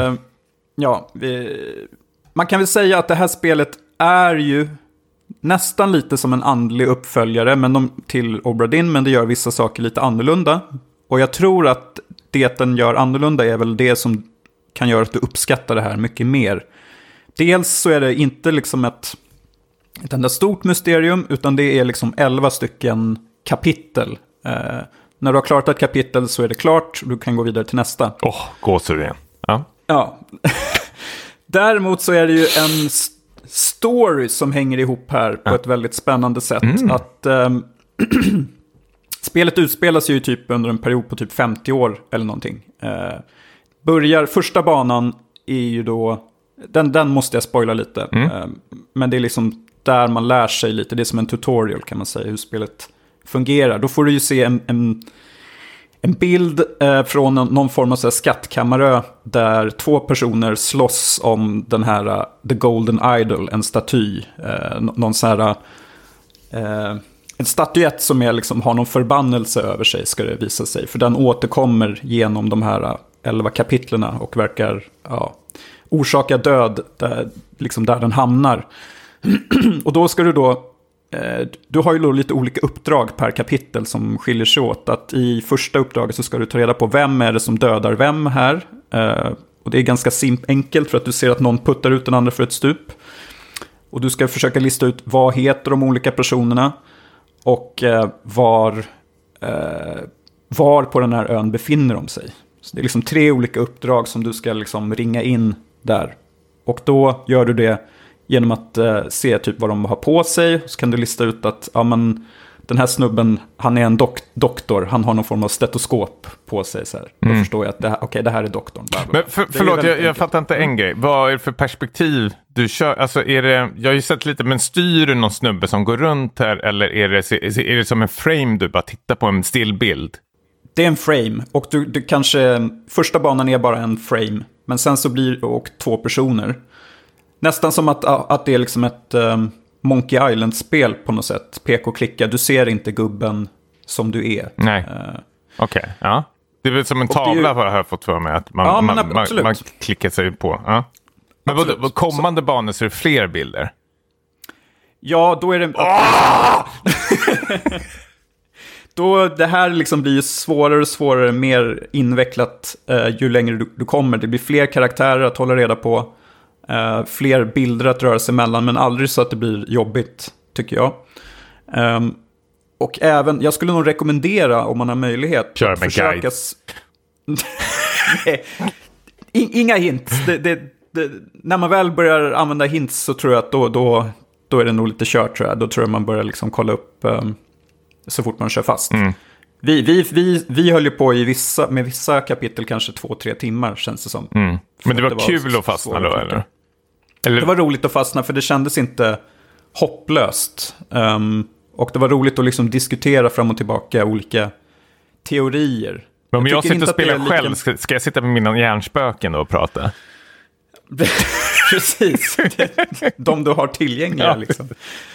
man kan väl säga att det här spelet är ju nästan lite som en andlig uppföljare till Obra Dinn, men det gör vissa saker lite annorlunda. Och jag tror att det den gör annorlunda är väl det som kan göra att du uppskattar det här mycket mer. Dels så är det inte liksom ett enda stort mysterium, utan det är liksom 11 stycken kapitel. När du har klarat ett kapitel så är det klart och du kan gå vidare till nästa. Gåshud igen. Ja. Däremot så är det ju en story som hänger ihop här på ett väldigt spännande sätt. Att spelet utspelas ju typ under en period på typ 50 år eller någonting. Första banan är ju då, den måste jag spoila lite. Men det är liksom där man lär sig lite, det är som en tutorial kan man säga, hur spelet fungerar. Då får du ju se en bild från någon form av så här skattkammarö där 2 personer slåss om den här The Golden Idol, en staty. Någon så här... en statyett som är liksom, har någon förbannelse över sig, ska det visa sig. För den återkommer genom de här 11 kapitlerna och verkar orsaka död liksom där den hamnar. Och då ska du har ju då lite olika uppdrag per kapitel som skiljer sig åt. Att i första uppdraget så ska du ta reda på vem är det som dödar vem här. Och det är ganska enkelt, för att du ser att någon puttar ut den andra för ett stup. Och du ska försöka lista ut vad heter de olika personerna och var på den här ön befinner de sig. Så det är liksom 3 olika uppdrag som du ska liksom ringa in där. Och då gör du det genom att se typ vad de har på sig. Så kan du lista ut att den här snubben, han är en doktor. Han har någon form av stetoskop på sig. Så här. Då förstår jag att det här är doktorn. Men förlåt, jag fattar inte en grej. Vad är det för perspektiv du kör? Alltså jag har ju sett lite, men styr du någon snubbe som går runt här? Eller är det som en frame du bara tittar på, en stillbild? Det är en frame. Och du kanske, första banan är bara en frame. Men sen så blir och 2 personer. Nästan som att det är liksom ett Monkey Island-spel på något sätt. Peka och klicka. Du ser inte gubben som du är. Nej. Okej, ja. Det är väl som en tavla har jag fått för mig. Att man klickar sig på. Ja. Men vad kommande banor så är det fler bilder? Ja, då är det... Då det här liksom blir svårare och svårare, mer invecklat ju längre du kommer. Det blir fler karaktärer att hålla reda på. Fler bilder att röra sig mellan, men aldrig så att det blir jobbigt, tycker jag. Och även, jag skulle nog rekommendera, om man har möjlighet, kör med guide. Inga hints. När man väl börjar använda hints så tror jag att då är det nog lite kört, tror jag. Då tror jag man börjar liksom kolla upp så fort man kör fast. Vi höll ju på med vissa kapitel kanske 2-3 timmar, känns det som. Men det var kul att fastna då, eller? Det var roligt att fastna, för det kändes inte hopplöst. Och det var roligt att liksom diskutera fram och tillbaka olika teorier. Men om jag sitter och spelar själv, ska jag sitta med mina hjärnspöken då och prata? Precis. De du har tillgängliga, liksom.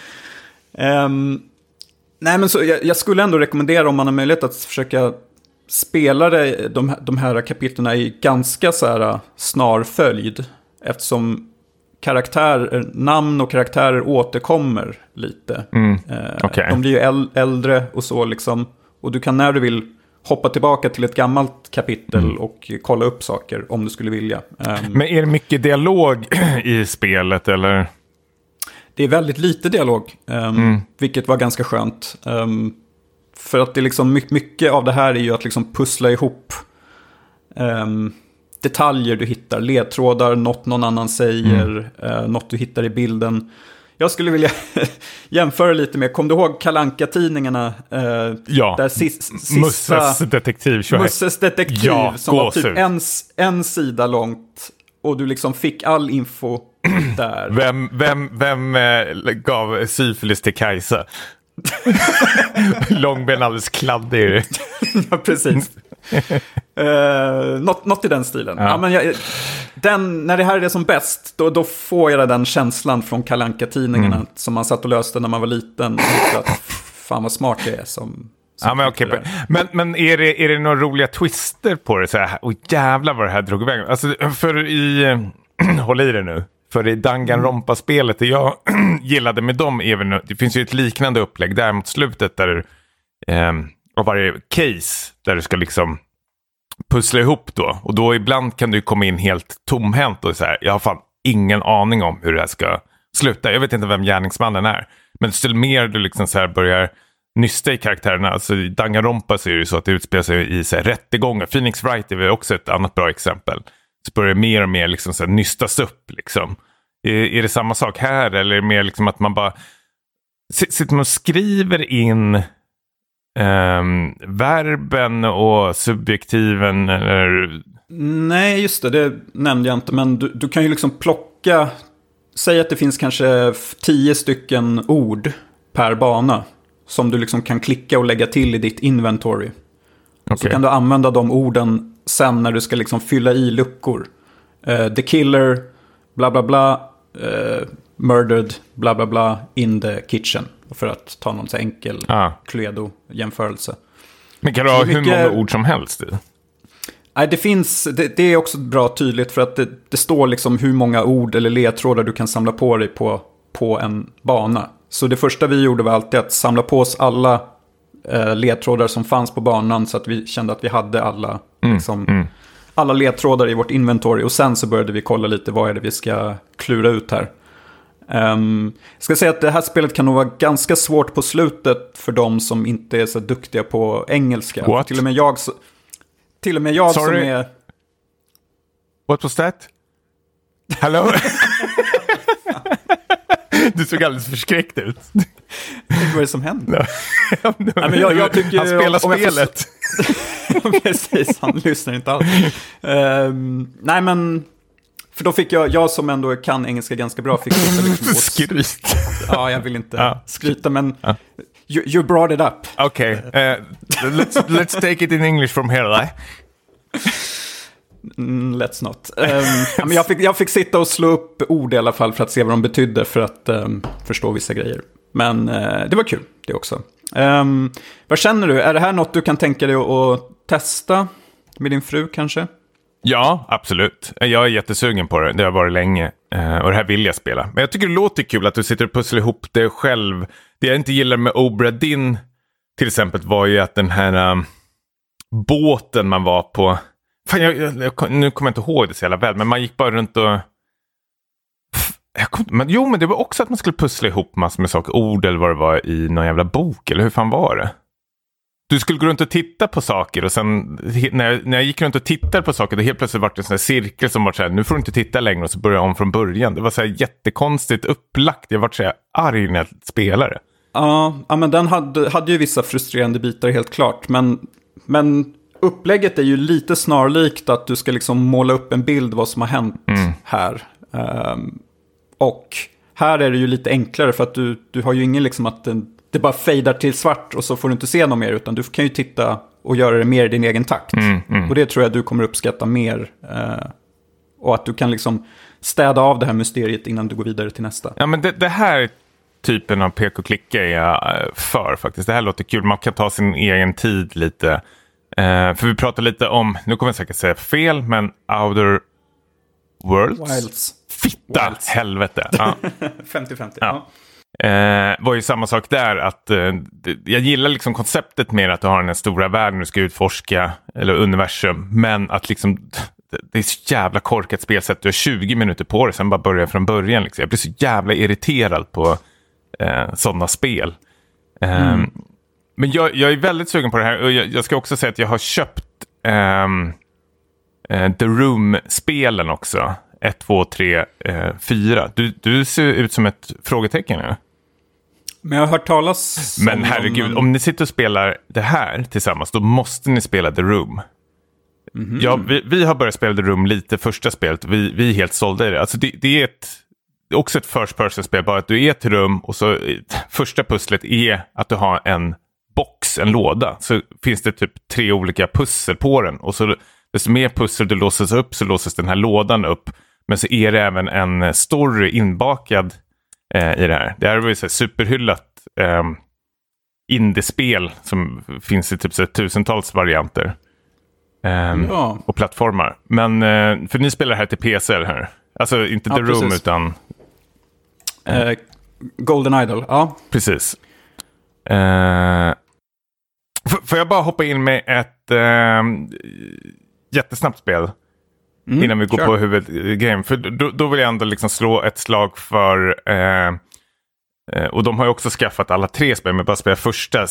Nej, men så jag skulle ändå rekommendera, om man har möjlighet, att försöka spela de här kapitlerna i ganska så här snar följd. Eftersom namn och karaktärer återkommer lite. Okay. De blir ju äldre och så liksom. Och du kan, när du vill, hoppa tillbaka till ett gammalt kapitel och kolla upp saker om du skulle vilja. Men är det mycket dialog i spelet, eller? Det är väldigt lite dialog, vilket var ganska skönt. För att det är liksom mycket av det här är ju att liksom pussla ihop detaljer du hittar, ledtrådar, något någon annan säger, något du hittar i bilden. Jag skulle vilja jämföra lite med, kom du ihåg Kalle Anka-tidningarna? Ja, där Musses detektiv. Musses detektiv, ja, som var typ en sida långt, och du liksom fick all info där. Vem gav syfilis till Kajsa? Långben alldeles kladdig. Ja, precis. Något i den stilen. Ja. Men när det här är det som bäst, då får jag den känslan från Kalle Anka-tidningarna som man satt och löste när man var liten. Att, fan vad smart det är som ja, men okej. Men är det några roliga twister på det? Så här, och jävlar vad det här drog iväg. Alltså, håll i det nu. För i Danganronpa-spelet, det jag gillade med dem, även, det finns ju ett liknande upplägg där mot slutet där av varje case där du ska liksom pussla ihop då. Och då ibland kan du komma in helt tomhänt och så här, jag har fan ingen aning om hur det här ska sluta. Jag vet inte vem gärningsmannen är. Men desto mer du liksom så här börjar nysta i karaktärerna. Alltså i Danganronpa så är det ju så att det utspelar sig i så här rättegångar. Phoenix Wright är väl också ett annat bra exempel. Så börjar det mer och mer liksom så här nystas upp liksom. Är det samma sak här, eller är det mer liksom att man bara sitter man och skriver in verben och subjektiven, eller? Nej, just det nämnde jag inte, men du kan ju liksom plocka, säg att det finns kanske 10 stycken ord per bana. som du liksom kan klicka och lägga till i ditt inventory. Okay. Så kan du använda de orden sen när du ska liksom fylla i luckor. The killer, bla bla bla, murdered, bla bla bla, in the kitchen. För att ta någon så enkel Cluedo-jämförelse. Men kan du ha hur många ord som helst i? Nej, det är också bra tydligt för att det står liksom hur många ord eller ledtrådar du kan samla på dig på en bana. Så det första vi gjorde var alltid att samla på oss alla ledtrådar som fanns på banan så att vi kände att vi hade alla, alla ledtrådar i vårt inventory. Och sen så började vi kolla lite vad är det vi ska klura ut här. Jag ska säga att det här spelet kan nog vara ganska svårt på slutet för de som inte är så duktiga på engelska. Till och med jag som är... What was that? Hello? Du såg alldeles förskräckt ut. Vad är det som händer? Nej, men jag tycker, han spelar spelet. Precis, han lyssnar inte alls. Nej, men... För då fick jag som ändå kan engelska ganska bra, fick liksom skryt. Ja, jag vill inte skryta, men you brought it up. Okay, let's take it in English from here, right? Let's not. Men jag fick sitta och slå upp ord i alla fall för att se vad de betydde, för att förstå vissa grejer. Men det var kul det också. Vad känner du? Är det här något du kan tänka dig att testa med din fru kanske? Ja, absolut. Jag är jättesugen på det. Det har varit länge. Och det här vill jag spela. Men jag tycker det låter kul att du sitter och pusslar ihop det själv. Det jag inte gillar med Obra Dinn till exempel var ju att den här båten man var på... Fan, nu kommer jag inte ihåg det så jävla väl. Men man gick bara runt och... men det var också att man skulle pussla ihop massor med saker. Ord eller vad det var i någon jävla bok. Eller hur fan var det? Du skulle gå runt och titta på saker och sen när jag gick runt och tittade på saker, då helt plötsligt var det en sån här cirkel som var så här, nu får du inte titta längre, och så började jag om från början. Det var så här jättekonstigt upplagt. Jag var så här arg när jag spelade. Ja, men den hade ju vissa frustrerande bitar helt klart, men upplägget är ju lite snarlikt att du ska liksom måla upp en bild vad som har hänt här. Och här är det ju lite enklare för att du har ju ingen liksom att det bara fejdar till svart och så får du inte se något mer, utan du kan ju titta och göra det mer i din egen takt. Och det tror jag du kommer uppskatta mer. Och att du kan liksom städa av det här mysteriet innan du går vidare till nästa. Ja, men det här typen av pek-och-klicka är jag för faktiskt. Det här låter kul. Man kan ta sin egen tid lite. För vi pratar lite om, nu kommer jag säkert säga fel, men Outer Worlds. Fitta, Wilds. Helvete. Ja. 50-50. Ja. Var ju samma sak där, att jag gillar liksom konceptet med att du har den här stora världen du ska utforska, eller universum, men att liksom det är så jävla korkat spelsätt. Du har 20 minuter på dig, sen bara börja från början liksom. Jag blir så jävla irriterad på sådana spel. Men jag är väldigt sugen på det här, och jag ska också säga att jag har köpt The Room-spelen också. 1, 2, 3, 4. Du ser ut som ett frågetecken nu. Men jag har hört talas om... Men herregud, om ni sitter och spelar det här tillsammans, då måste ni spela The Room. Ja, vi har börjat spela The Room lite, första spelet. Vi är helt sålda i det. Alltså det är också ett first person-spel, bara att du är i ett rum och så första pusslet är att du har en box, en låda. Så finns det typ 3 olika pussel på den, och så desto mer pussel du låses upp så låses den här lådan upp. Men så är det även en story inbakad i det här. Det här är ju så superhyllat indiespel som finns i typ så tusentals varianter. Och plattformar. Men för ni spelar här till PC eller här? Alltså inte The Room utan... Golden Idol, ja. Precis. Får jag bara hoppa in med ett jättesnabbt spel innan vi går på huvudgrejen. För då vill jag ändå liksom slå ett slag för... och de har ju också skaffat alla 3 spel, men bara spela första.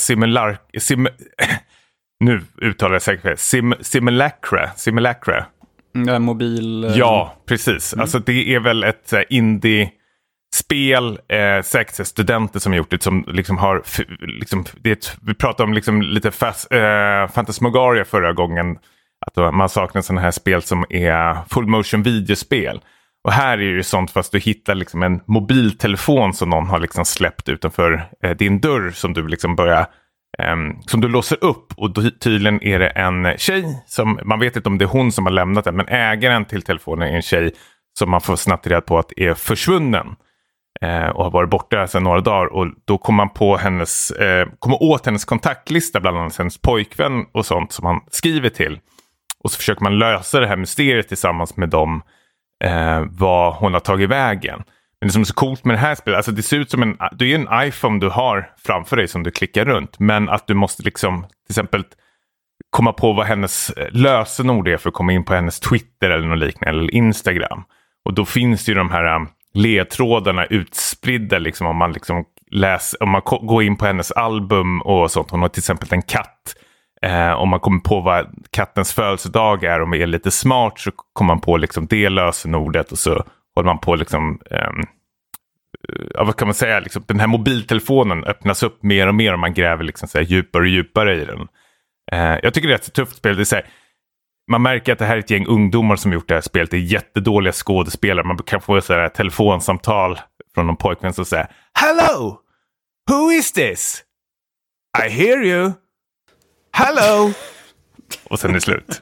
Nu uttalar jag säkert Simulacra. Mobil... Ja, precis. Alltså det är väl ett indie-spel, säkert studenter som har gjort det, som liksom har... Liksom, vi pratade om liksom lite Phantasmagoria förra gången, att man saknar sådana här spel som är full motion videospel. Och här är det sånt fast du hittar liksom en mobiltelefon som någon har liksom släppt utanför din dörr som du liksom börjar som du låser upp, och tydligen är det en tjej som, man vet inte om det är hon som har lämnat den, men ägaren till telefonen är en tjej som man får snabbt reda på att är försvunnen och har varit borta sedan några dagar, och då kommer man på kommer åt hennes kontaktlista, bland annat hennes pojkvän och sånt som han skriver till, och så försöker man lösa det här mysteriet tillsammans med dem, vad hon har tagit vägen. Men det som är så coolt med det här spelet, alltså det ser ut som det är en iPhone du har framför dig som du klickar runt, men att du måste liksom till exempel komma på vad hennes lösenord är för att komma in på hennes Twitter eller något liknande, eller Instagram. Och då finns det ju de här ledtrådarna utspridda liksom, om man liksom om man går in på hennes album och sånt. Hon har till exempel en katt. Om man kommer på vad kattens födelsedag är, om man är lite smart, så kommer man på liksom det lösenordet, och så håller man på liksom vad kan man säga, liksom, den här mobiltelefonen öppnas upp mer och mer om man gräver liksom så här djupare och djupare i den. Jag tycker det är ett tufft spel. Det är så här, man märker att det här är ett gäng ungdomar som gjort det här spelet. Det är jättedåliga skådespelare. Man kan få så här telefonsamtal från någon pojkvän som säger "Hello! Who is this? I hear you. Hello!" Och sen är det slut.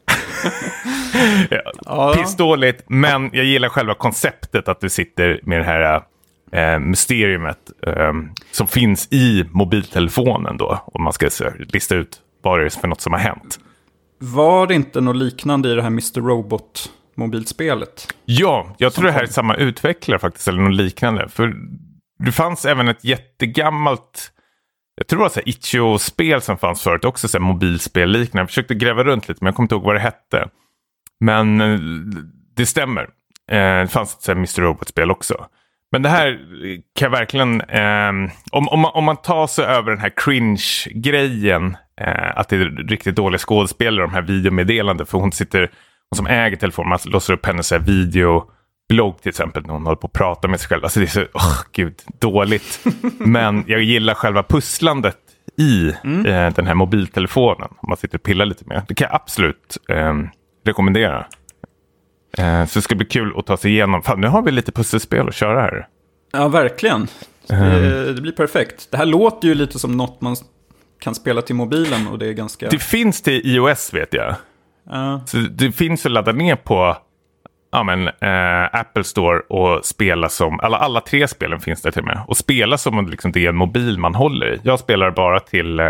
Ja, pissdåligt, men jag gillar själva konceptet att du sitter med det här mysteriumet som finns i mobiltelefonen då, och man ska lista ut vad det är för något som har hänt. Var det inte något liknande i det här Mr. Robot-mobilspelet? Ja, jag tror det här är samma utvecklare faktiskt, eller något liknande. För det fanns även ett jättegammalt, jag tror det var så här Itch.io-spel som fanns förut, också så här mobilspel liknande. Jag försökte gräva runt lite, men jag kommer inte ihåg vad det hette. Men det stämmer. Det fanns ett så här Mr. Robot-spel också. Men det här kan verkligen, om man tar sig över den här cringe-grejen, att det är riktigt dåliga skådespelare, de här videomeddelande, för hon som äger telefonen, man låser upp hennes videoblogg till exempel, när hon håller på att prata med sig själv. Alltså det är så, dåligt. Men jag gillar själva pusslandet i den här mobiltelefonen, om man sitter och pillar lite med. Det kan jag absolut rekommendera. Så det ska bli kul att ta sig igenom. Fan, nu har vi lite pusselspel att köra här. Ja, verkligen. Det blir perfekt. Det här låter ju lite som något man kan spela till mobilen, och det är ganska... Det finns till iOS, vet jag. Så det finns att ladda ner på Apple Store och spela som... Alla 3 spelen finns där till och med. Och spela som liksom, det är en mobil man håller i. Jag spelar bara till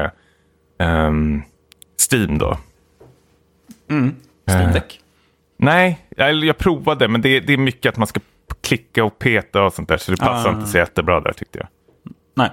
Steam då. Steam Deck. Nej, jag provade, men det är mycket att man ska klicka och peta och sånt där, så det passar inte så jättebra där, tyckte jag. Nej.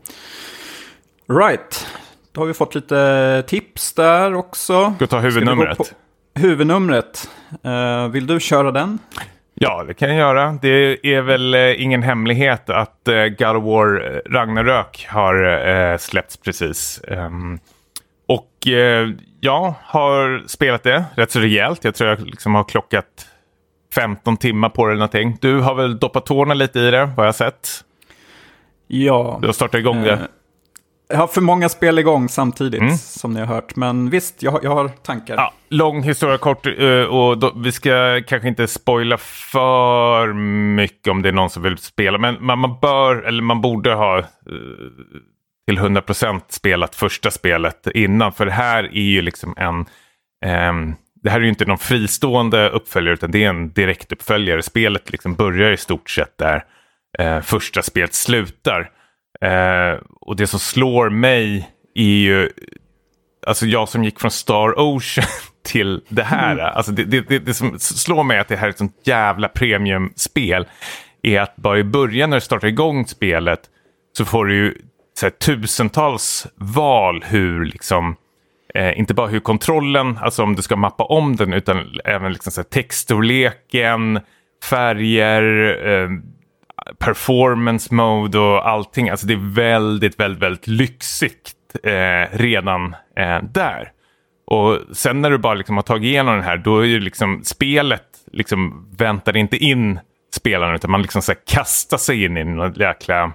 Right. Då har vi fått lite tips där också. Ska vi ta huvudnumret? Huvudnumret. Vill du köra den? Ja, det kan jag göra. Det är väl ingen hemlighet att God of War Ragnarök har släppts precis. Och jag har spelat det rätt så rejält. Jag tror jag liksom har klockat 15 timmar på det eller någonting. Du har väl doppat tårna lite i det, vad jag har sett. Ja. Du har startat igång det. Jag har för många spel igång samtidigt, som ni har hört. Men visst, jag har tankar. Ja, lång historia kort. Och vi ska kanske inte spoila för mycket om det är någon som vill spela. Men man borde ha... till 100% spelat första spelet innan. För det här är ju liksom det här är ju inte någon fristående uppföljare, utan det är en direkt uppföljare. Spelet liksom börjar i stort sett där första spelet slutar. Och det som slår mig är ju, alltså jag som gick från Star Ocean till det här. Alltså det som slår mig att det här är ett sånt jävla premiumspel är att bara i början när du startar igång spelet så får du ju så här, tusentals val hur liksom inte bara hur kontrollen, alltså om du ska mappa om den, utan även liksom så här, textstorleken, färger, performance mode och allting. Alltså det är väldigt, väldigt, väldigt lyxigt redan där. Och sen när du bara liksom har tagit igenom den här, då är ju liksom spelet liksom väntar inte in spelarna, utan man liksom så här kastar sig in i någon jäkla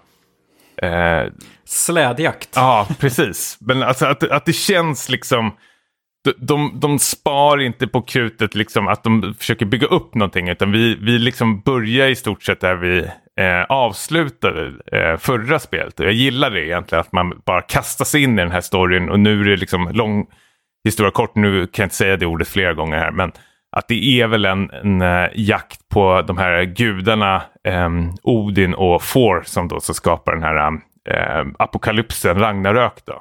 slädjakt. Ja, precis. Men alltså att det känns liksom de spar inte på krutet liksom att de försöker bygga upp någonting, utan vi liksom börjar i stort sett där vi avslutade förra spelet. Och jag gillar det egentligen, att man bara kastar sig in i den här storyn, och nu är det liksom lång historia kort, nu kan jag inte säga det ordet flera gånger här, men att det är väl en jakt på de här gudarna Odin och Thor, som då så skapar den här apokalypsen, Ragnarök då.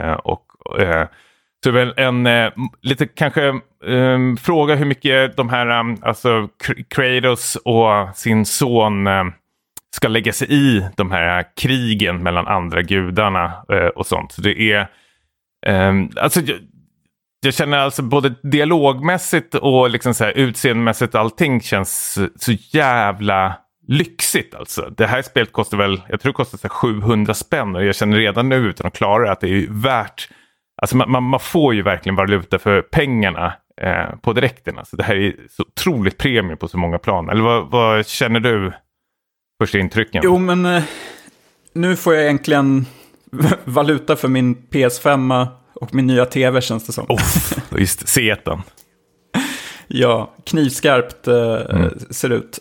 Så väl en lite kanske fråga hur mycket de här alltså Kratos och sin son ska lägga sig i de här krigen mellan andra gudarna och sånt. Så det är alltså jag känner alltså både dialogmässigt och liksom så här utseendemässigt, allting känns så jävla lyxigt alltså. Det här spelet kostar väl, jag tror det kostar så 700 spänn, och jag känner redan nu utan att klara det att det är värt, alltså man får ju verkligen valuta för pengarna på direkten. Alltså det här är så otroligt premium på så många plan. Eller vad känner du första intrycken? Jo, men nu får jag egentligen valuta för min PS5 och min nya tv, känns det som. Just C1. Ja, knivskarpt ser ut.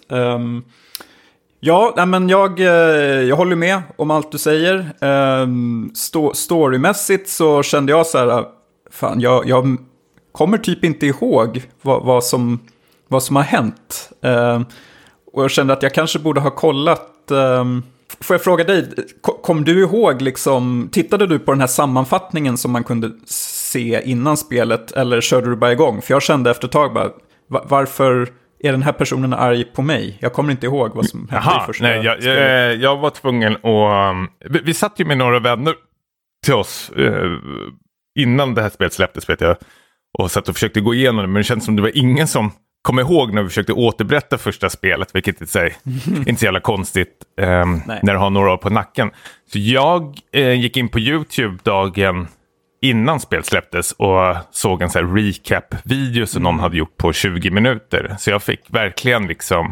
Ja, men jag håller med om allt du säger. Storymässigt så kände jag så här, fan, jag kommer typ inte ihåg vad som har hänt. Och jag kände att jag kanske borde ha kollat. Får jag fråga dig, kom du ihåg liksom, tittade du på den här sammanfattningen som man kunde se innan spelet, eller körde du bara igång? För jag kände efter ett tag bara, varför är den här personen arg på mig? Jag kommer inte ihåg vad som hände i första spelet. Jag var tvungen att... Vi satt ju med några vänner till oss innan det här spelet släpptes, vet jag, och satt och försökte gå igenom det, men det känns som det var ingen som kom ihåg när vi försökte återberätta första spelet, vilket inte är så jävla konstigt när du har några år på nacken. Så jag gick in på YouTube dagen innan spelet släpptes och såg en så här recap-video som någon hade gjort på 20 minuter. Så jag fick verkligen liksom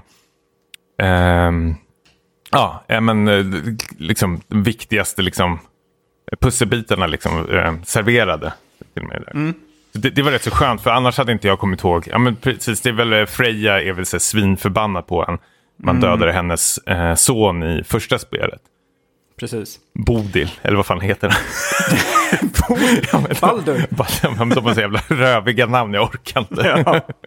liksom de viktigaste liksom pusselbitarna liksom serverade till mig där. Det var rätt så skönt, för annars hade inte jag kommit ihåg. Ja, men precis, det är väl Freja är väl så svinförbannad på en. Man dödade hennes son i första spelet. Precis. Bodil, eller vad fan heter det? Baldur. De har så jävla röviga namn, jag orkar inte.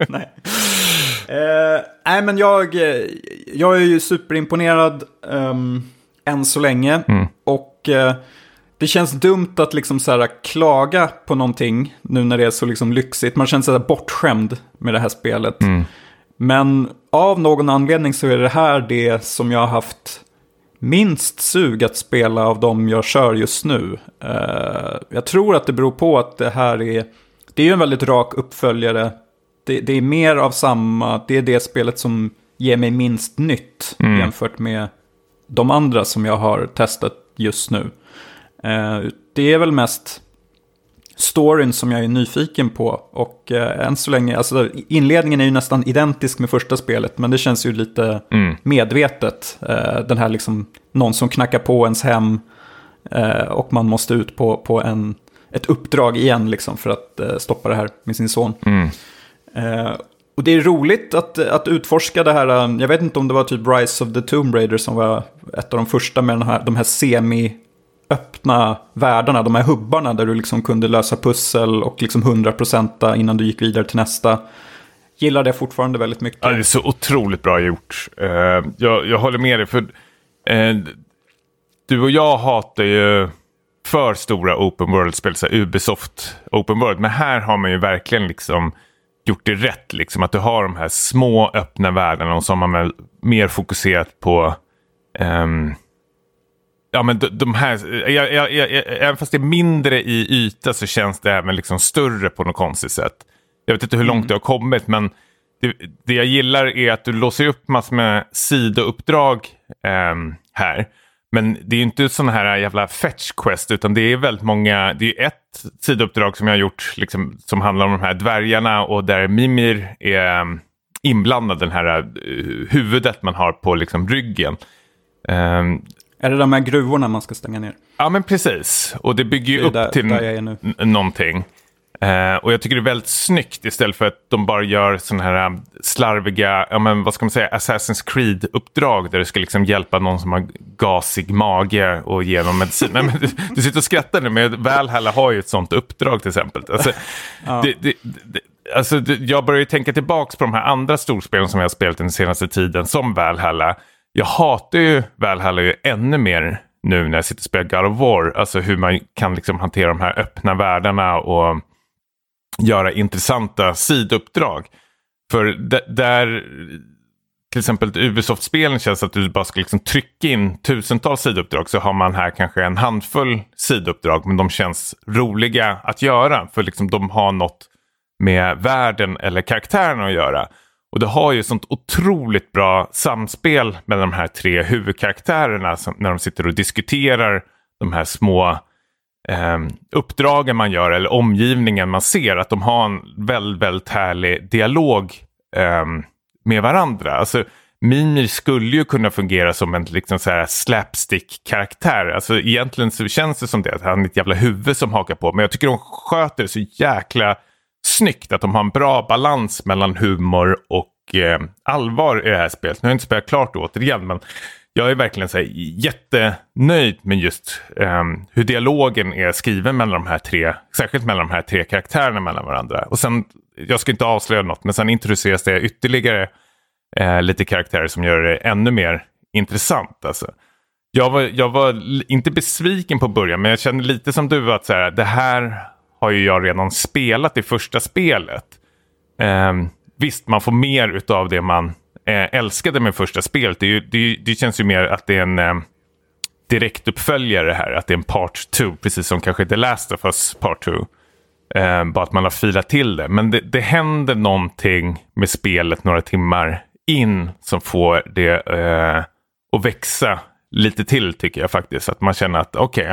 Nej, men jag är ju superimponerad än så länge. Och det känns dumt att liksom så här klaga på någonting nu när det är så liksom lyxigt. Man känns så här bortskämd med det här spelet. Men av någon anledning så är det här det som jag har haft minst sug att spela av dem jag kör just nu. Jag tror att det beror på att det här det är ju en väldigt rak uppföljare. Det är mer av samma, det är det spelet som ger mig minst nytt jämfört med de andra som jag har testat just nu. Det är väl mest storyn som jag är nyfiken på, och än så länge, alltså inledningen är ju nästan identisk med första spelet, men det känns ju lite medvetet. Den här liksom, någon som knackar på ens hem och man måste ut på ett uppdrag igen liksom för att stoppa det här med sin son. Och det är roligt att utforska det här. Jag vet inte om det var typ Rise of the Tomb Raider som var ett av de första med de här semi-öppna världarna, de här hubbarna där du liksom kunde lösa pussel och liksom 100% innan du gick vidare till nästa. Gillar det fortfarande väldigt mycket. Ja, det är så otroligt bra gjort. Jag håller med dig, för du och jag hatar ju för stora open world-spel, så Ubisoft open world, men här har man ju verkligen liksom gjort det rätt, liksom att du har de här små öppna världarna, och så har man väl mer fokuserat på ja, men de här, även fast det är mindre i yta så känns det även liksom större på något konstigt sätt. Jag vet inte hur långt det har kommit, men det jag gillar är att du låser upp massor med sidouppdrag här. Men det är ju inte sådana här jävla fetch quest, utan det är väldigt många, det är ett sidouppdrag som jag har gjort liksom, som handlar om de här dvärgarna, och där Mimir är inblandad, den här huvudet man har på liksom ryggen. Är det de här gruvorna man ska stänga ner? Ja, men precis. Och det bygger ju upp till någonting. Och jag tycker det är väldigt snyggt istället för att de bara gör såna här slarviga, ja men vad ska man säga, Assassin's Creed-uppdrag där du ska liksom hjälpa någon som har gasig mage och ge dem medicin. Nej, men du sitter och skrattar nu, men Valhalla har ju ett sånt uppdrag till exempel. Alltså, jag börjar ju tänka tillbaka på de här andra storspelen som jag har spelat den senaste tiden, som Valhalla. Jag hatar ju Valhalla ju ännu mer nu när jag sitter och spelar God of War. Alltså hur man kan liksom hantera de här öppna världarna och göra intressanta sidouppdrag. För där till exempel Ubisoft-spelen känns att du bara ska liksom trycka in tusentals sidouppdrag, så har man här kanske en handfull sidouppdrag, men de känns roliga att göra för liksom de har något med världen eller karaktärerna att göra. Och det har ju sånt otroligt bra samspel mellan de här tre huvudkaraktärerna när de sitter och diskuterar de här små uppdragen man gör eller omgivningen man ser, att de har en väldigt, väldigt härlig dialog med varandra. Alltså Mimir skulle ju kunna fungera som en liksom så här slapstick-karaktär. Alltså egentligen så känns det som det att han är ett jävla huvud som hakar på, men jag tycker de sköter det så jäkla snyggt, att de har en bra balans mellan humor och allvar i det här spelet. Nu har jag inte spelat klart återigen, men jag är verkligen så här jättenöjd med just hur dialogen är skriven mellan de här tre, särskilt mellan de här tre karaktärerna mellan varandra. Och sen, jag ska inte avslöja något, men sen introduceras det ytterligare lite karaktärer som gör det ännu mer intressant. Alltså. Jag var inte besviken på början, men jag kände lite som du att så här, det här har ju jag redan spelat i första spelet. Visst, man får mer utav det man älskade med första spelet. Det känns ju mer att det är en direkt uppföljare här. Att det är en part 2, precis som kanske The Last of Us part 2. Bara att man har filat till det. Men det händer någonting med spelet några timmar in som får det att växa lite till, tycker jag faktiskt. Att man känner att okej,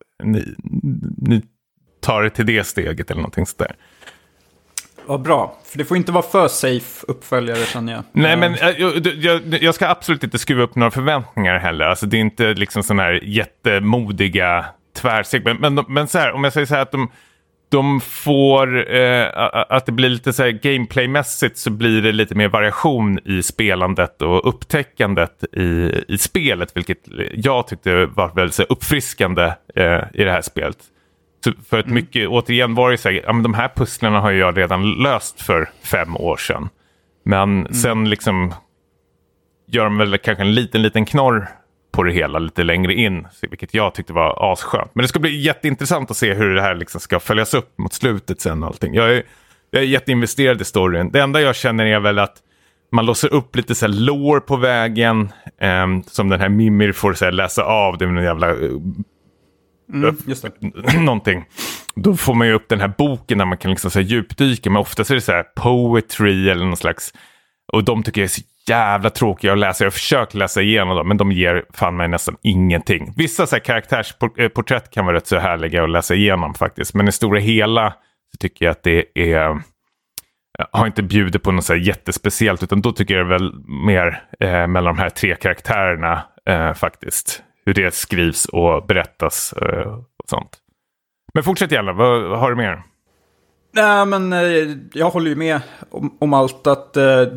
ni tar det till det steget eller någonting sådär. Vad bra, för det får inte vara för safe uppföljare, känner jag. Nej, men jag ska absolut inte skruva upp några förväntningar heller. Alltså det är inte liksom sån här jättemodiga tvärsteg. Men så här, om jag säger så här att de får att det blir lite så här gameplaymässigt, så blir det lite mer variation i spelandet och upptäckandet i spelet, vilket jag tyckte var väldigt så uppfriskande i det här spelet. För att mycket, återigen var det så här, ja, men de här pusslarna har jag redan löst för 5 år sedan. Men sen liksom gör de väl kanske en liten knorr på det hela lite längre in, vilket jag tyckte var asskönt. Men det ska bli jätteintressant att se hur det här liksom ska följas upp mot slutet sen och allting. Jag är jätteinvesterad i storyn. Det enda jag känner är väl att man låser upp lite så här lore på vägen, som den här Mimir får så här läsa av. Det är en jävla just det. Någonting. Då får man ju upp den här boken där man kan liksom så här djupdyka, men oftast är det så här poetry eller någon slags, och de tycker jag är så jävla tråkiga att läsa. Jag försöker läsa igenom dem, men de ger fan mig nästan ingenting. Vissa så här karaktärsporträtt kan vara rätt så härliga att läsa igenom faktiskt, men i stora hela så tycker jag att det är, har inte bjudit på något så här jättespeciellt, utan då tycker jag väl mer mellan de här tre karaktärerna faktiskt. Hur det skrivs och berättas och sånt. Men fortsätt gärna, vad har du mer? Nej, men jag håller ju med om allt. Att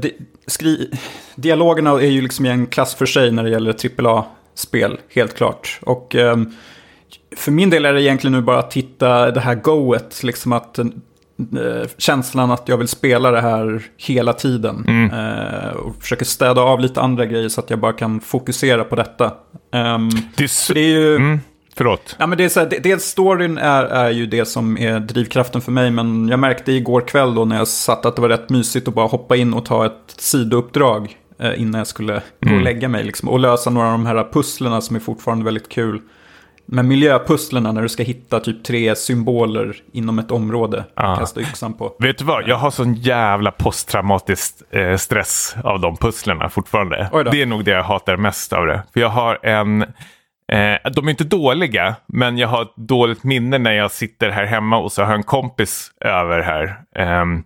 dialogerna är ju liksom i en klass för sig när det gäller AAA-spel, helt klart. Och för min del är det egentligen nu bara att hitta det här goet, liksom att känslan att jag vill spela det här hela tiden. Och försöker städa av lite andra grejer så att jag bara kan fokusera på detta. Det är ju... Förlåt. Ja, men det är så här, dels storyn är ju det som är drivkraften för mig, men jag märkte igår kväll då när jag satt att det var rätt mysigt att bara hoppa in och ta ett sidouppdrag innan jag skulle gå och lägga mig liksom, och lösa några av de här pusslerna som är fortfarande väldigt kul. Men miljöpusslerna när du ska hitta typ 3 symboler inom ett område att kasta yxan på. Vet du vad? Jag har sån jävla posttraumatisk stress av de pusslerna fortfarande. Det är nog det jag hatar mest av det. För jag har de är inte dåliga, men jag har ett dåligt minne när jag sitter här hemma och så har en kompis över här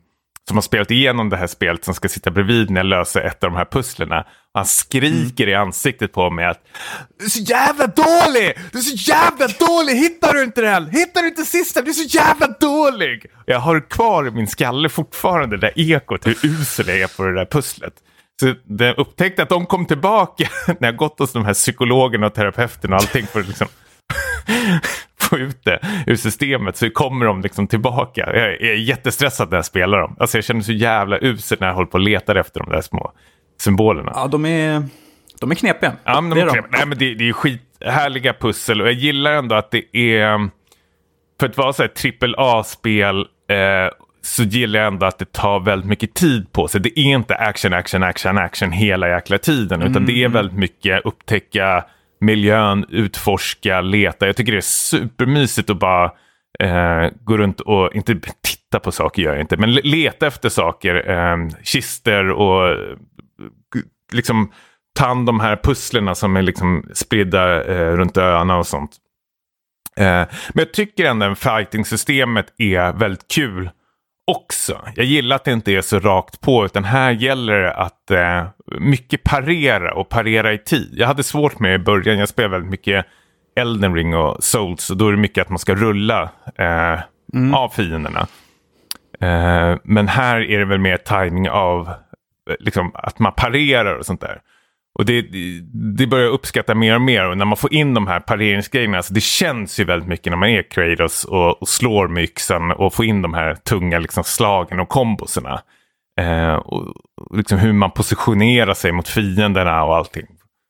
som har spelat igenom det här spelet som ska sitta bredvid när jag löser ett av de här pusslerna. Han skriker i ansiktet på mig att du är så jävla dålig! Du är så jävla dålig! Hittar du inte den? Hittar du inte sista? Du är så jävla dålig! Jag har kvar i min skalle fortfarande det där ekot hur usel jag är på det där pusslet. Så jag upptäckte att de kom tillbaka när jag gått hos de här psykologerna och terapeuterna och allting för att liksom få ut det ur systemet, så kommer de liksom tillbaka. Jag är jättestressad när jag spelar dem. Alltså jag känner så jävla usel när jag håller på och letar efter de där små symbolerna. Ja, de är knepiga. Ja, men Nej, men det är skithärliga pussel och jag gillar ändå att det är, för att vara så här AAA-spel så gillar jag ändå att det tar väldigt mycket tid på sig. Det är inte action hela jäkla tiden, utan det är väldigt mycket upptäcka miljön, utforska, leta. Jag tycker det är supermysigt att bara gå runt och inte titta på saker, gör jag inte, men leta efter saker, kister och liksom ta hand de här pusslerna som är liksom spridda runt öarna och sånt. Men jag tycker ändå att fighting-systemet är väldigt kul också. Jag gillar att det inte är så rakt på, utan här gäller det att mycket parera i tid. Jag hade svårt med i början, jag spelade väldigt mycket Elden Ring och Souls, och då är det mycket att man ska rulla av fienderna. Men här är det väl mer timing av liksom, att man parerar och sånt där. Och det börjar jag uppskatta mer och mer. Och när man får in de här pareringsgrejerna, alltså det känns ju väldigt mycket när man är Kratos och slår med yxan och får in de här tunga liksom, slagen och komboserna. Och liksom hur man positionerar sig mot fienderna och allting.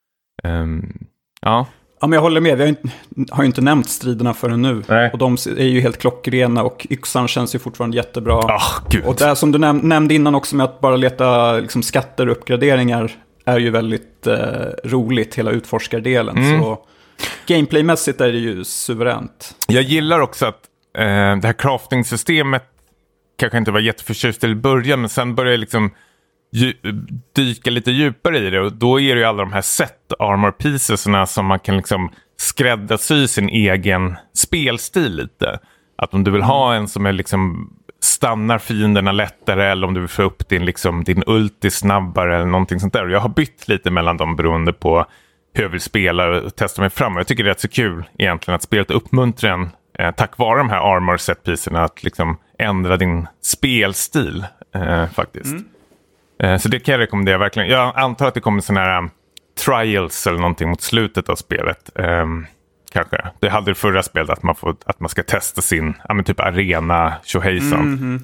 Ja. Ja, men jag håller med. Vi har ju inte nämnt striderna förrän nu. Nej. Och de är ju helt klockrena och yxan känns ju fortfarande jättebra. Gud. Och det som du nämnde innan också med att bara leta liksom, skatter och uppgraderingar är ju väldigt roligt, hela utforskardelen. Så gameplaymässigt är det ju suveränt. Jag gillar också att det här crafting-systemet kanske inte var jätteförtjust i början, men sen börjar jag liksom dyka lite djupare i det, och då är det ju alla de här set armor piecesna som man kan liksom skräddarsy sin egen spelstil lite. Att om du vill ha en som är liksom stannar fienderna lättare, eller om du vill få upp din ulti snabbare eller någonting sånt där. Och jag har bytt lite mellan dem beroende på hur jag vill spela och testa mig fram. Och jag tycker det är rätt så kul egentligen att spelet uppmuntrar en tack vare de här armor set pieceserna att liksom ändra din spelstil faktiskt. Så det kan jag rekommendera verkligen. Jag antar att det kommer såna här trials eller någonting mot slutet av spelet. Kanske. Det hade det förra spelet att man ska testa sin typ arena tjohejsan.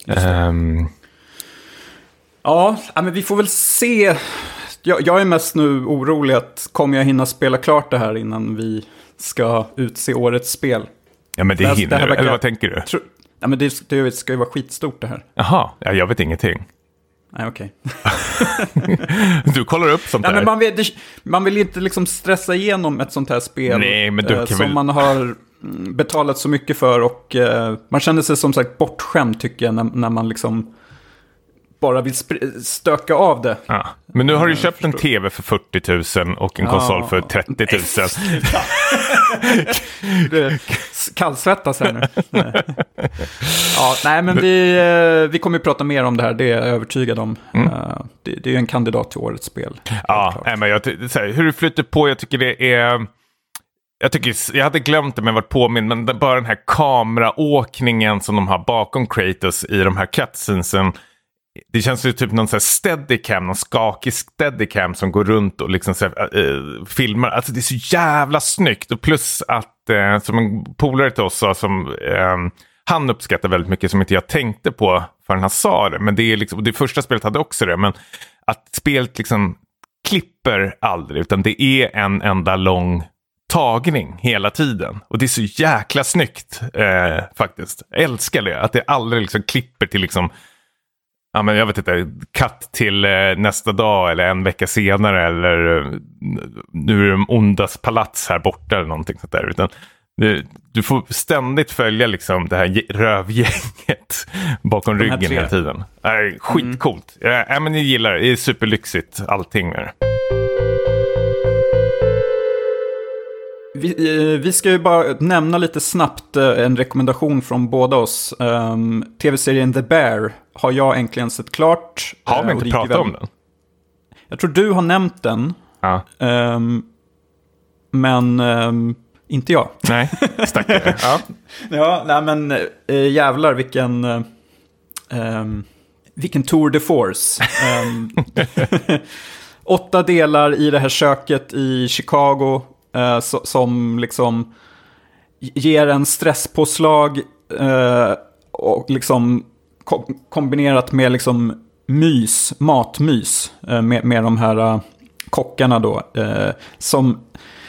Ja, men vi får väl se. Jag är mest nu orolig att kommer jag hinna spela klart det här innan vi ska utse årets spel. Ja, men det hinner du. Eller vad tänker du? Ja, men det ska ju vara skitstort det här. Jaha, jag vet ingenting. Nej, okej. Du kollar upp sånt där. Men man vill inte liksom stressa igenom ett sånt här spel. Nej, men du kan som väl... man har betalat så mycket för. Och man känner sig som sagt bortskämd tycker jag när man liksom bara vill stöka av det. Ja. Men nu har du köpt en tv för 40 000 och en konsol för 30 000. Det kallsvettas här nu. Nej, men vi kommer ju prata mer om det här, det är jag övertygad om. Det är ju en kandidat till årets spel. Ja, men hur du flyter på, jag tycker det är... Jag hade glömt det men varit påminn, men bara den här kameraåkningen som de har bakom Kratos i de här cutscenesen, det känns ju typ någon sån här steadicam, någon skakig steadicam som går runt och liksom filmar. Alltså det är så jävla snyggt. Och plus att, som en polare till oss sa, som han uppskattar väldigt mycket, som inte jag tänkte på förrän han sa det. Men det är liksom, det första spelet hade också det, men att spelet liksom klipper aldrig, utan det är en enda lång tagning hela tiden. Och det är så jäkla snyggt faktiskt. Jag älskar det, att det aldrig liksom klipper till liksom... Ja, men jag vet inte, cut till nästa dag eller en vecka senare, eller nu är det ondas palats här borta eller någonting sånt där, utan du får ständigt följa liksom det här rövgänget bakom ryggen hela tiden. Skitcoolt. Men jag gillar det, det är superlyxigt allting med det. Vi ska ju bara nämna lite snabbt en rekommendation från båda oss. TV-serien The Bear har jag äntligen sett klart. Har vi inte pratat om den? Jag tror du har nämnt den. Ja. Men inte jag. Nej, stackare. Ja. Ja, nej men jävlar vilken tour de force. 8 delar i det här köket i Chicago som liksom ger en stresspåslag och liksom kombinerat med liksom matmys med de här kockarna då som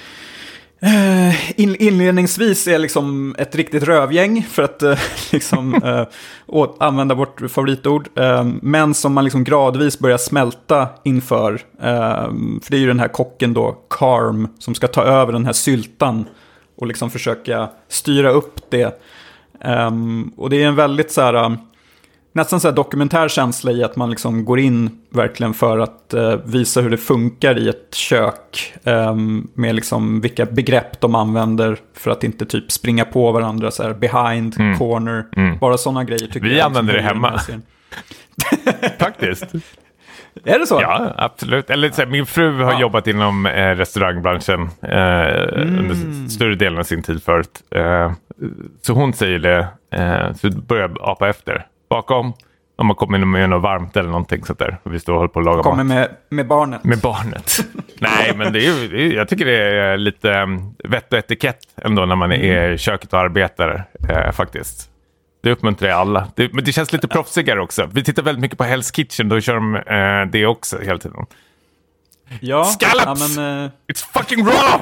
inledningsvis är liksom ett riktigt rövgäng för att liksom använda vårt favoritord, men som man liksom gradvis börjar smälta inför, för det är ju den här kocken då, Carm, som ska ta över den här syltan och liksom försöka styra upp det, och det är en väldigt så här nästan så här dokumentär känsla i att man liksom går in verkligen för att visa hur det funkar i ett kök, med liksom vilka begrepp de använder för att inte typ springa på varandra så här behind, corner, bara sådana grejer tycker vi jag. Använder det hemma. Faktiskt. Är det så? Ja, absolut. Eller så här, min fru har jobbat inom restaurangbranschen under större delen av sin tid förut. Så hon säger det, så börjar jag apa efter. Bakom, om man kommer med något varmt eller någonting sånt där. Och vi står och håller på att laga kommer mat. Med barnet. Med barnet. Nej, men det är, jag tycker det är lite vett och etikett ändå när man är i köket och arbetar faktiskt. Det uppmuntrar jag alla. Men det känns lite proffsigare också. Vi tittar väldigt mycket på Hell's Kitchen. Då kör de det också hela tiden. Ja, Scallops! Ja, men, it's fucking raw!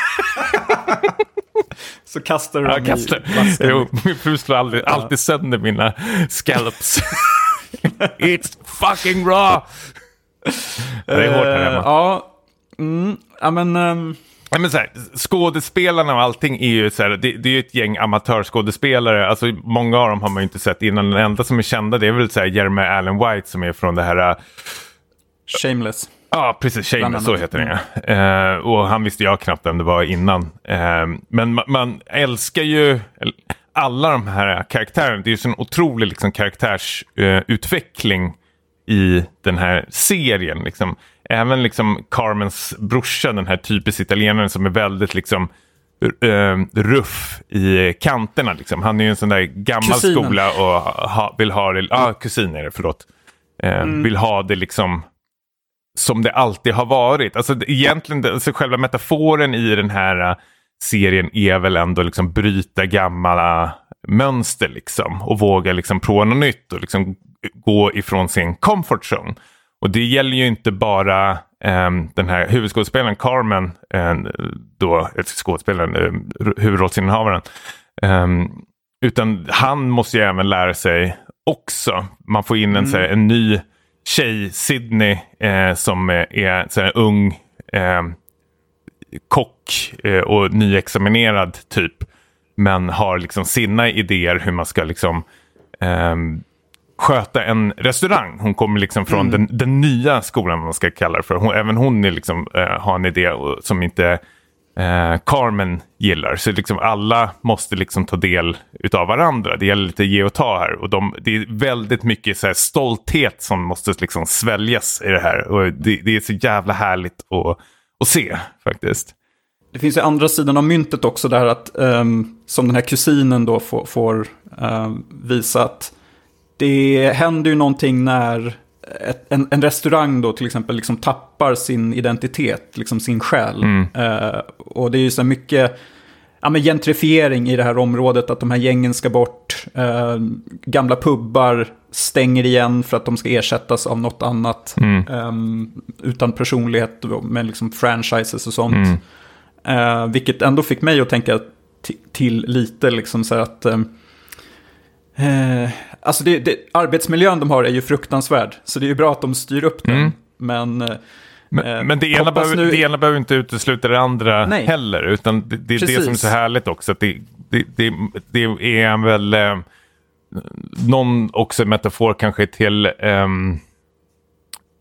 Så kastar du dem i vasken. Jo, min fru slår alltid sönder mina scallops. It's fucking raw! Det är hårt här hemma. Ja, men... Men så här, skådespelarna och allting är ju så här, det är ju ett gäng amatörskådespelare. Alltså många av dem har man ju inte sett innan. Den enda som är kända, det är väl så här Jeremy Allen White som är från det här... Shameless. Ja, precis. Shameless, så heter det. Och han visste jag knappt vem det var innan. Men man älskar ju alla de här karaktärerna. Det är ju sån otrolig liksom, karaktärsutveckling i den här serien. Liksom. Även liksom Carmens brorsa, den här typisk italienaren som är väldigt liksom ruff i kanterna. Liksom. Han är ju en sån där gammal kusinen. Skola och vill ha det... kusin är det, förlåt. Vill ha det liksom... som det alltid har varit. Alltså egentligen, alltså själva metaforen i den här serien är väl ändå liksom bryta gamla mönster liksom. Och våga liksom prova något nytt och liksom gå ifrån sin comfort zone. Och det gäller ju inte bara den här huvudskådespelaren Carmen, då skådespelaren, huvudrollsinnehavaren. Utan han måste ju även lära sig också. Man får in en ny tjej, Sydney, som är så här ung kock och nyexaminerad typ, men har liksom sina idéer hur man ska liksom sköta en restaurang. Hon kommer liksom från den nya skolan, man ska kalla det för. Även hon är liksom, har en idé som inte Carmen gillar. Så liksom alla måste liksom ta del utav varandra. Det gäller lite ge och ta här. Och det är väldigt mycket så här stolthet som måste liksom sväljas i det här. Och det är så jävla härligt att se faktiskt. Det finns ju andra sidan av myntet också där att som den här kusinen då får visa att det händer ju någonting när en restaurang då till exempel liksom tappar sin identitet, liksom sin själ. Och det är ju så mycket gentrifiering i det här området, att de här gängen ska bort. Gamla pubbar stänger igen för att de ska ersättas av något annat. Utan personlighet med liksom franchises och sånt. Vilket ändå fick mig att tänka till lite liksom så att... alltså arbetsmiljön de har är ju fruktansvärd. Så det är ju bra att de styr upp den. Men det ena behöver inte utesluta det andra heller. Utan det är det som är så härligt också. Att det är väl någon också metafor kanske till...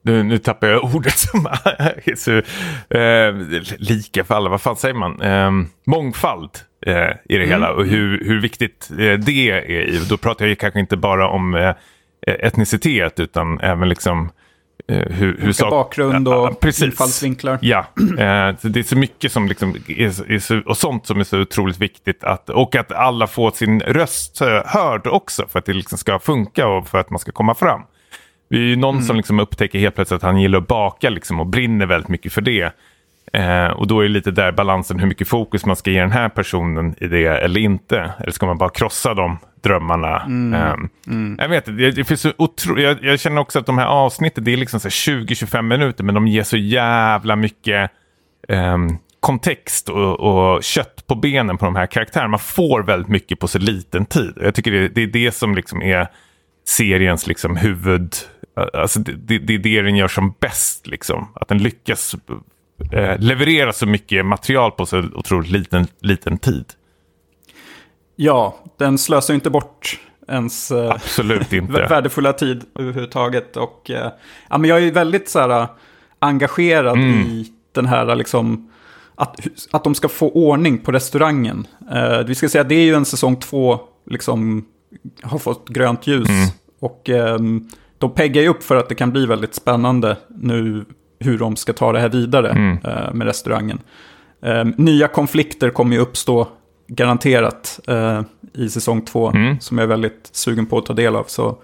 nu tappar jag ordet som är så lika för alla. Vad fan säger man? Mångfald i det hela. Och hur viktigt det är. Då pratar jag ju kanske inte bara om etnicitet utan även liksom hur bakgrund och infallsvinklar. Ja, det är så mycket som liksom och sånt som är så otroligt viktigt och att alla får sin röst hörd också för att det liksom ska funka och för att man ska komma fram. Vi är ju någon som liksom upptäcker helt plötsligt att han gillar att baka liksom och brinner väldigt mycket för det. Och då är det lite där balansen hur mycket fokus man ska ge den här personen i det eller inte. Eller ska man bara krossa de drömmarna? Jag vet det finns så jag känner också att de här avsnitten det är liksom så 20-25 minuter men de ger så jävla mycket kontext och kött på benen på de här karaktärerna. Man får väldigt mycket på så liten tid. Jag tycker det är det som liksom är seriens liksom huvud. Alltså det är det den gör som bäst liksom. Att den lyckas leverera så mycket material på så otroligt liten tid. Ja, den slösar inte bort ens absolut inte. värdefulla tid överhuvudtaget. Och, men jag är väldigt så här, engagerad i den här liksom, att de ska få ordning på restaurangen. Vi ska säga att det är ju en säsong 2 liksom, har fått grönt ljus. Och de peggar ju upp för att det kan bli väldigt spännande nu hur de ska ta det här vidare med restaurangen. Nya konflikter kommer ju uppstå garanterat i säsong 2 som jag är väldigt sugen på att ta del av. Så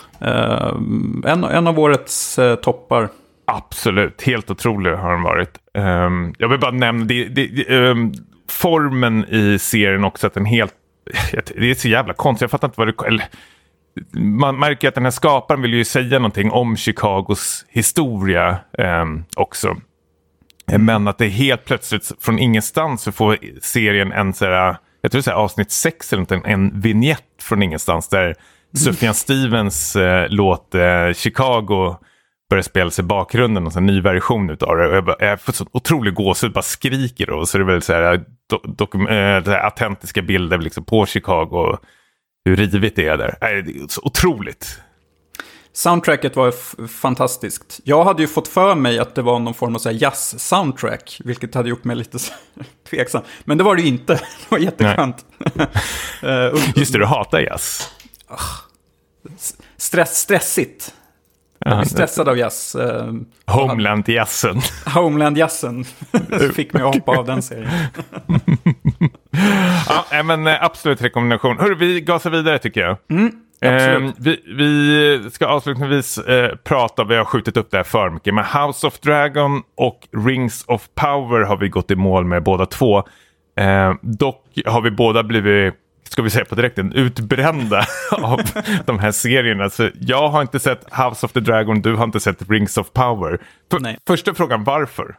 en av årets toppar. Absolut, helt otrolig har den varit. Jag vill bara nämna formen i serien också att den helt det är så jävla konstigt, jag fattar inte vad det eller man märker att den här skaparen vill ju säga någonting om Chicagos historia också. Men att det är helt plötsligt från ingenstans så får serien en sådär, jag tror det är avsnitt 6 eller någonting, en vignett från ingenstans där Sufjan Stevens låt Chicago börjar spela sig i bakgrunden och en ny version utav det. Jag får så otroligt gåshud, bara skriker och så är det väl så här autentiska bilder liksom på Chicago. Hur rivigt det är där. Det är så otroligt. Soundtracket var fantastiskt. Jag hade ju fått för mig att det var någon form av jazz-soundtrack, vilket hade gjort mig lite tveksam. Men det var det ju inte. Det var jätteskönt. Just det, du hatar jazz. Stressigt. Jag blir stressad av jazz. Homeland-jazzen. Homeland-jazzen fick mig att hoppa av den serien. Ja, men absolut rekommendation. Hörru, vi gasar vidare tycker jag. Vi ska avslutningsvis prata, vi har skjutit upp det här för mycket, men House of Dragon och Rings of Power har vi gått i mål med båda två. Dock har vi båda blivit, ska vi säga på direkten, utbrända av de här serierna. Så jag har inte sett House of the Dragon, du har inte sett Rings of Power. Första frågan, varför?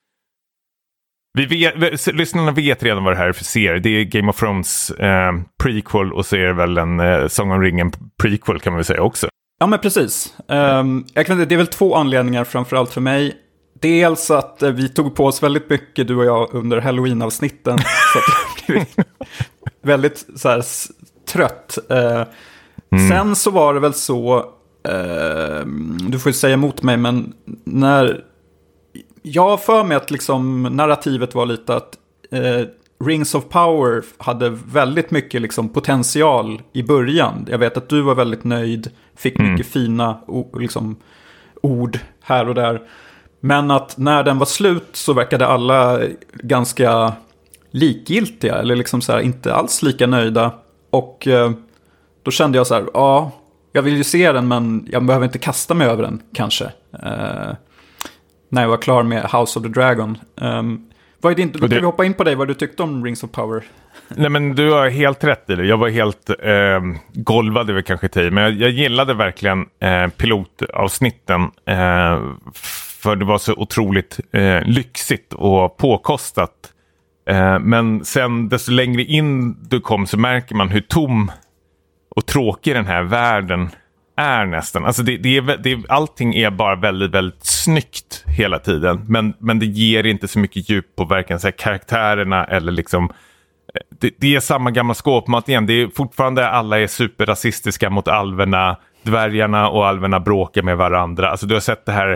Lyssnarna vet redan vad det här är för serie. Det är Game of Thrones prequel och så är det väl en Song of Ringen prequel kan man väl säga också. Ja men precis. Det är väl 2 anledningar framförallt för mig. Dels att vi tog på oss väldigt mycket, du och jag, under Halloween-avsnitten. Så att jag blev väldigt så här, trött. Sen så var det väl så, du får ju säga emot mig, men när jag för mig att liksom narrativet var lite att Rings of Power hade väldigt mycket liksom potential i början. Jag vet att du var väldigt nöjd, fick mycket fina liksom, ord här och där. Men att när den var slut så verkade alla ganska likgiltiga eller liksom så här, inte alls lika nöjda. Och då kände jag så här, ja, jag vill ju se den men jag behöver inte kasta mig över den kanske. När jag var klar med House of the Dragon. Vad är din, då kan vi hoppa in på dig vad du tyckte om Rings of Power. Nej men du har helt rätt i det. Jag var helt golvad över kanske tid. Men jag gillade verkligen pilotavsnitten. För det var så otroligt lyxigt och påkostat. Men sen desto längre in du kom så märker man hur tom och tråkig den här världen är nästan. Alltså allting är bara väldigt, väldigt snyggt hela tiden. Men det ger inte så mycket djup på verkligen så här, karaktärerna eller liksom det är samma gamla skåpmat igen. Det är fortfarande alla är superrasistiska mot alverna. Dvärgarna och alverna bråkar med varandra. Alltså du har sett det här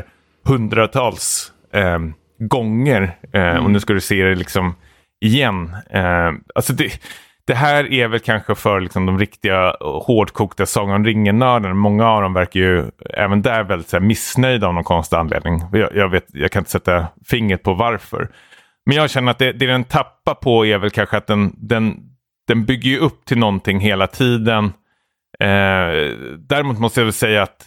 hundratals gånger. Och nu ska du se det liksom igen. Alltså det här är väl kanske för liksom de riktiga hårdkokta Sagan om ringen-nördarna. Många av dem verkar ju även där väldigt så här, missnöjda av någon konstig anledning. Jag kan inte sätta fingret på varför. Men jag känner att det den tappar på är väl kanske att den bygger ju upp till någonting hela tiden. Däremot måste jag väl säga att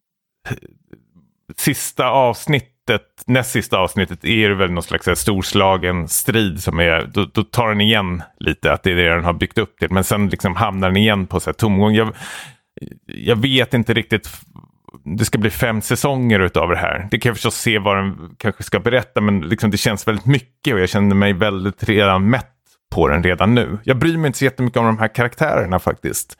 näst sista avsnittet är det väl någon slags här storslagen strid som är, då tar den igen lite, att det är det den har byggt upp till, men sen liksom hamnar den igen på så här tomgång. Jag vet inte riktigt, det ska bli 5 säsonger utav det här. Det kan jag förstås se vad den kanske ska berätta, men liksom det känns väldigt mycket och jag känner mig väldigt redan mätt på den redan nu. Jag bryr mig inte så jättemycket om de här karaktärerna faktiskt.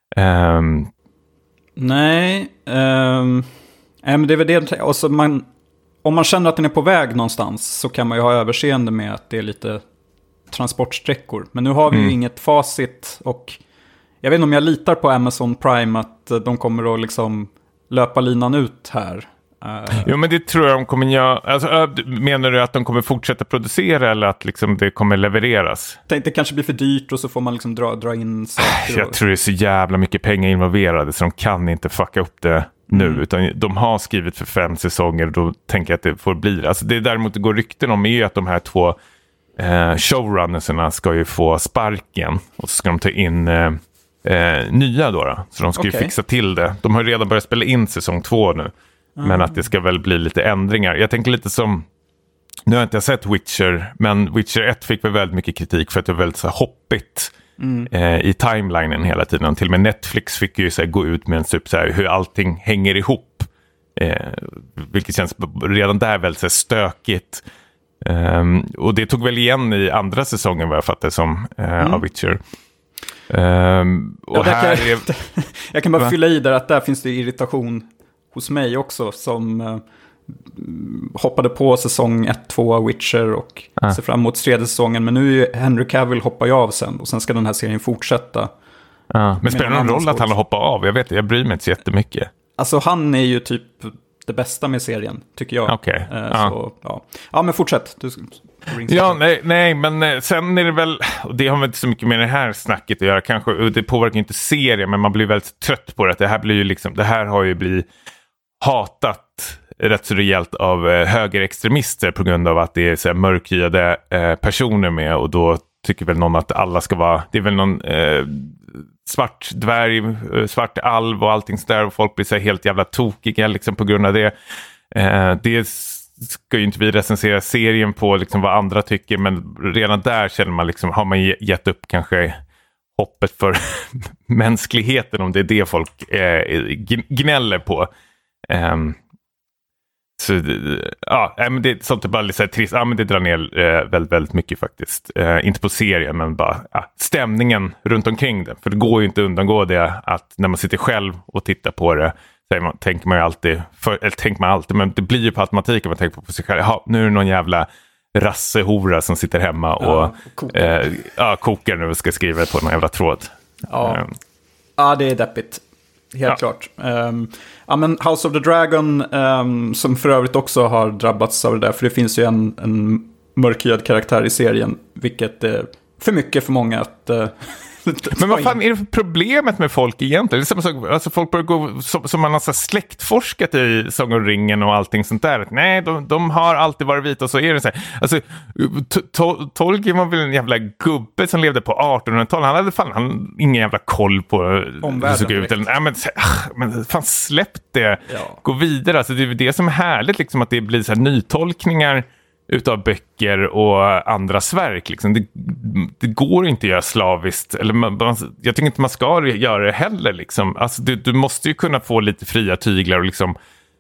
Nej, men det är väl det. Och så om man känner att den är på väg någonstans så kan man ju ha överseende med att det är lite transportsträckor. Men nu har vi ju inget facit och jag vet inte om jag litar på Amazon Prime att de kommer att liksom löpa linan ut här. Jo, men det tror jag de kommer göra. Alltså, menar du att de kommer fortsätta producera eller att liksom det kommer levereras? Det kanske blir för dyrt och så får man liksom dra in saker. Jag tror det är så jävla mycket pengar involverade så de kan inte fucka upp det nu. Utan de har skrivit för 5 säsonger och då tänker jag att det får bli. Alltså det däremot det går rykten om är ju att de här 2 showrunnerserna ska ju få sparken och så ska de ta in nya då. Så de ska ju fixa till det. De har redan börjat spela in säsong 2 nu. Men att det ska väl bli lite ändringar. Jag tänker lite som, nu har jag inte sett Witcher, men Witcher 1 fick väl väldigt mycket kritik för att det var väldigt så här hoppigt i timelinen hela tiden. Till och med Netflix fick ju så här, gå ut med en typ så här, hur allting hänger ihop. Vilket känns redan där väldigt så här, stökigt. Och det tog väl igen i andra säsongen vad jag fattar som av Witcher. Och jag kan bara fylla i där att där finns det irritation hos mig också som hoppade på säsong 1-2 av Witcher och ser fram emot 3:e säsongen. Men nu är Henry Cavill hoppar ju av sen och sen ska den här serien fortsätta. Men spelar det någon roll att han hoppar av? Jag bryr mig inte så jättemycket. Alltså han är ju typ det bästa med serien, tycker jag. Okej. Ja, men fortsätt. Nej, men sen är det väl, och det har väl inte så mycket med det här snacket att göra kanske, det påverkar inte serien, men man blir väldigt trött på det. Det här blir ju liksom, det här har ju blivit hatat rätt så rejält av högerextremister på grund av att det är så här mörkhyade personer med, och då tycker väl någon att alla ska vara, det är väl någon svart dvärg, svart alv och allting sådär, och folk blir så här helt jävla tokiga liksom på grund av det. Det ska ju inte vi recensera serien på liksom vad andra tycker, men redan där känner man liksom, har man gett upp kanske hoppet för mänskligheten, om det är det folk gnäller på. Så men det är sånt, det bara lite så här trist. Men det drar ner väldigt, väldigt mycket faktiskt. Inte på serien, men bara stämningen runt omkring det. För det går ju inte undangå det att när man sitter själv och tittar på det, tänker man ju alltid, men det blir ju på automatik om man tänker på sig själv. Nu är det någon jävla rassehora som sitter hemma och kokar nu och ska skriva på någon jävla tråd. Ja, det är deppigt. Helt klart. Men House of the Dragon, som för övrigt också har drabbats av det där, för det finns ju en mörkhyad karaktär i serien, vilket är för mycket för många att... Men vad fan är det för problemet med folk egentligen? Det är samma sak, alltså folk börjar gå som man har så släktforskat i Sagan om ringen och allting sånt där. Nej, de har alltid varit vita, och så är det så här. Alltså, Tolkien var väl en jävla gubbe som levde på 1800-talet. Han hade fan ingen jävla koll på hur det såg ut. Men fan, släpp det. Ja. Gå vidare. Alltså, det är det som är härligt, liksom, att det blir så här nytolkningar utav böcker och andras verk liksom. Det går inte att göra slaviskt, eller jag tycker inte man ska göra det heller liksom. Alltså du måste ju kunna få lite fria tyglar och liksom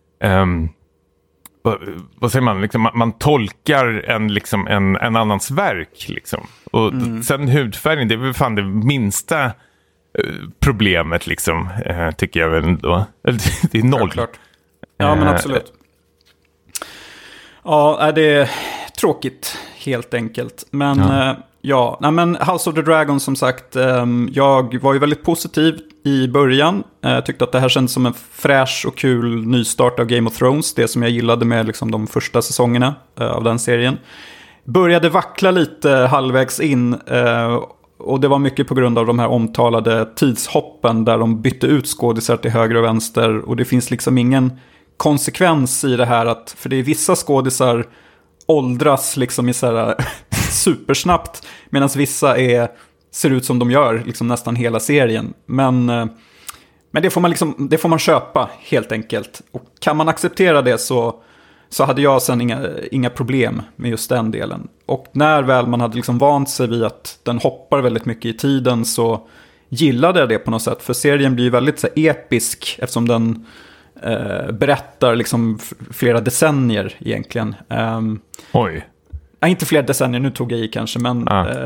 vad säger man liksom, man tolkar en annans verk liksom. Och sen hudfärgen, det är väl fan det minsta problemet liksom, tycker jag väl då. Det är noll. Klart. Ja, men absolut. Ja, det är tråkigt helt enkelt. Men Ja, nej men House of the Dragon som sagt, jag var ju väldigt positiv i början. Tyckte att det här kändes som en fräsch och kul nystart av Game of Thrones. Det som jag gillade med liksom de första säsongerna av den serien. Började vackla lite halvvägs in och det var mycket på grund av de här omtalade tidshoppen där de bytte ut skådisar till höger och vänster. Och det finns liksom ingen konsekvens i det här, att, för det är vissa skådisar åldras liksom i så här supersnabbt, medan vissa ser ut som de gör liksom nästan hela serien. Men det får man köpa helt enkelt. Och kan man acceptera det så hade jag sen inga problem med just den delen. Och när väl man hade liksom vant sig vid att den hoppar väldigt mycket i tiden, så gillade jag det på något sätt. För serien blir väldigt så här episk eftersom den berättar liksom flera decennier egentligen. Oj. Inte flera decennier, nu tog jag i kanske, men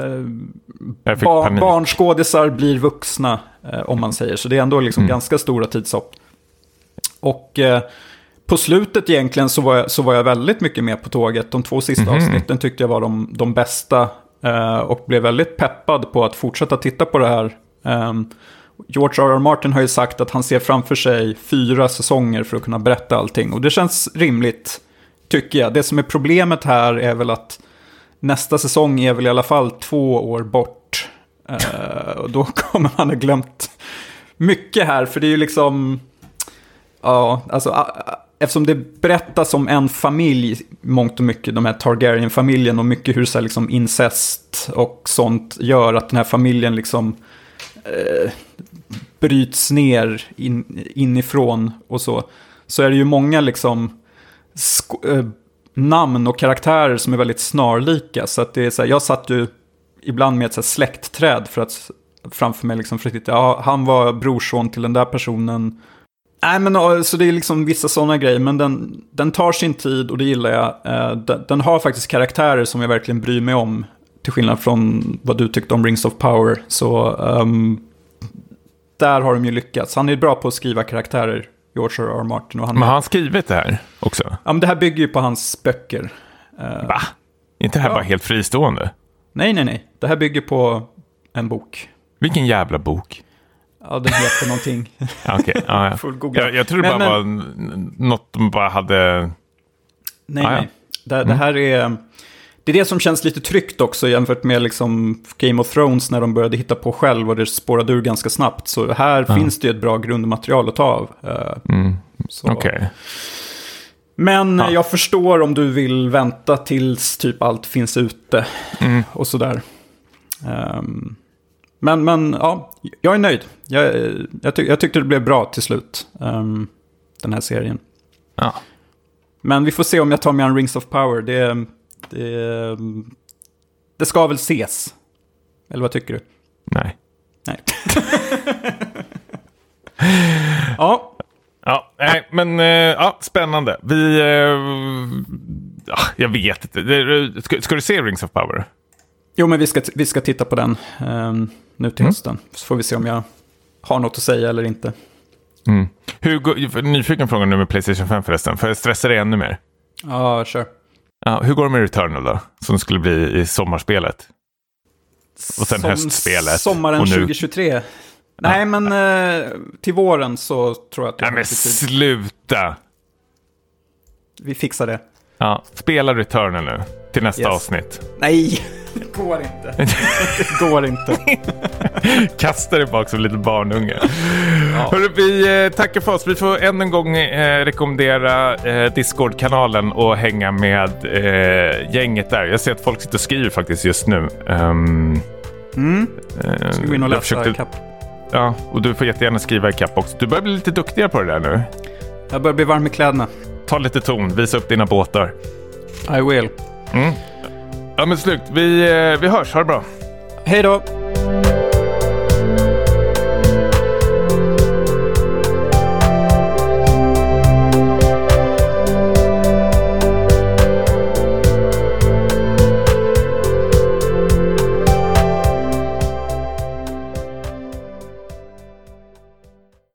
barnskådisar blir vuxna, om man säger. Så det är ändå liksom ganska stora tidshopp. Och på slutet egentligen så var jag väldigt mycket med på tåget. De 2 sista avsnitten tyckte jag var de bästa, och blev väldigt peppad på att fortsätta titta på det här. George R.R. Martin har ju sagt att han ser framför sig 4 säsonger för att kunna berätta allting. Och det känns rimligt, tycker jag. Det som är problemet här är väl att nästa säsong är väl i alla fall 2 år bort. Och då kommer man ha glömt mycket här. För det är ju liksom... Ja, alltså... Eftersom det berättas om en familj, mångt och mycket, de här Targaryen-familjen, och mycket hur så här, liksom, incest och sånt gör att den här familjen liksom... bryts ner inifrån och så är det ju många liksom namn och karaktärer som är väldigt snarlika, så att det är så här, jag satt ju ibland med ett så här släktträd framför mig liksom, för att titta, ja, han var brorson till den där personen. Nej, men så det är liksom vissa sådana grejer, men den tar sin tid och det gillar jag. Den har faktiskt karaktärer som jag verkligen bryr mig om, till skillnad från vad du tyckte om Rings of Power. Så där har de ju lyckats. Han är bra på att skriva karaktärer, George R.R. Martin. Och men har han skrivit det här också? Ja, men det här bygger ju på hans böcker. Va? Är inte det här bara helt fristående? Nej. Det här bygger på en bok. Vilken jävla bok? Ja, den heter någonting. Okej, ja. Jag tror det bara var något de bara hade... Nej. Det här är... Det är det som känns lite tryggt också jämfört med liksom Game of Thrones när de började hitta på själv och det spårade ur ganska snabbt. Så här finns det ju ett bra grundmaterial att ta av. Okej. Men jag förstår om du vill vänta tills typ allt finns ute och sådär. Men ja, jag är nöjd. Jag tyckte det blev bra till slut, den här serien. Ja. Men vi får se om jag tar mig an Rings of Power. Det ska väl ses. Eller vad tycker du? Nej. Ja. Ja, nej, men spännande. Jag vet inte. Ska du se Rings of Power? Jo, men vi ska titta på den nu till hösten. Så får vi se om jag har något att säga eller inte. Nyfiken fråga nu med PlayStation 5 förresten. För jag stressar det ännu mer. Ja, kör. Ja, hur går det med Returnal då? Som skulle bli i sommarspelet. Och sen höstspelet. Sommaren och nu... 2023. Nej, men till våren så tror jag att... Nej, men sluta! Vi fixar det. Ja, spela Returnal nu. Till nästa avsnitt. Nej, det går inte. Det går inte. Kasta det bak som lite barnunge. Ja. Hörru, vi tackar för oss. Vi får än en gång rekommendera Discord-kanalen och hänga med gänget där. Jag ser att folk sitter och skriver faktiskt just nu. Ska vi gå in och läsa ikapp? Ja, och du får jättegärna skriva ikapp också. Du börjar bli lite duktigare på det där nu. Jag börjar bli varm i kläderna. Ta lite ton, visa upp dina båtar. I will. Ja, men slut. Vi hörs, ha det bra. Hej då!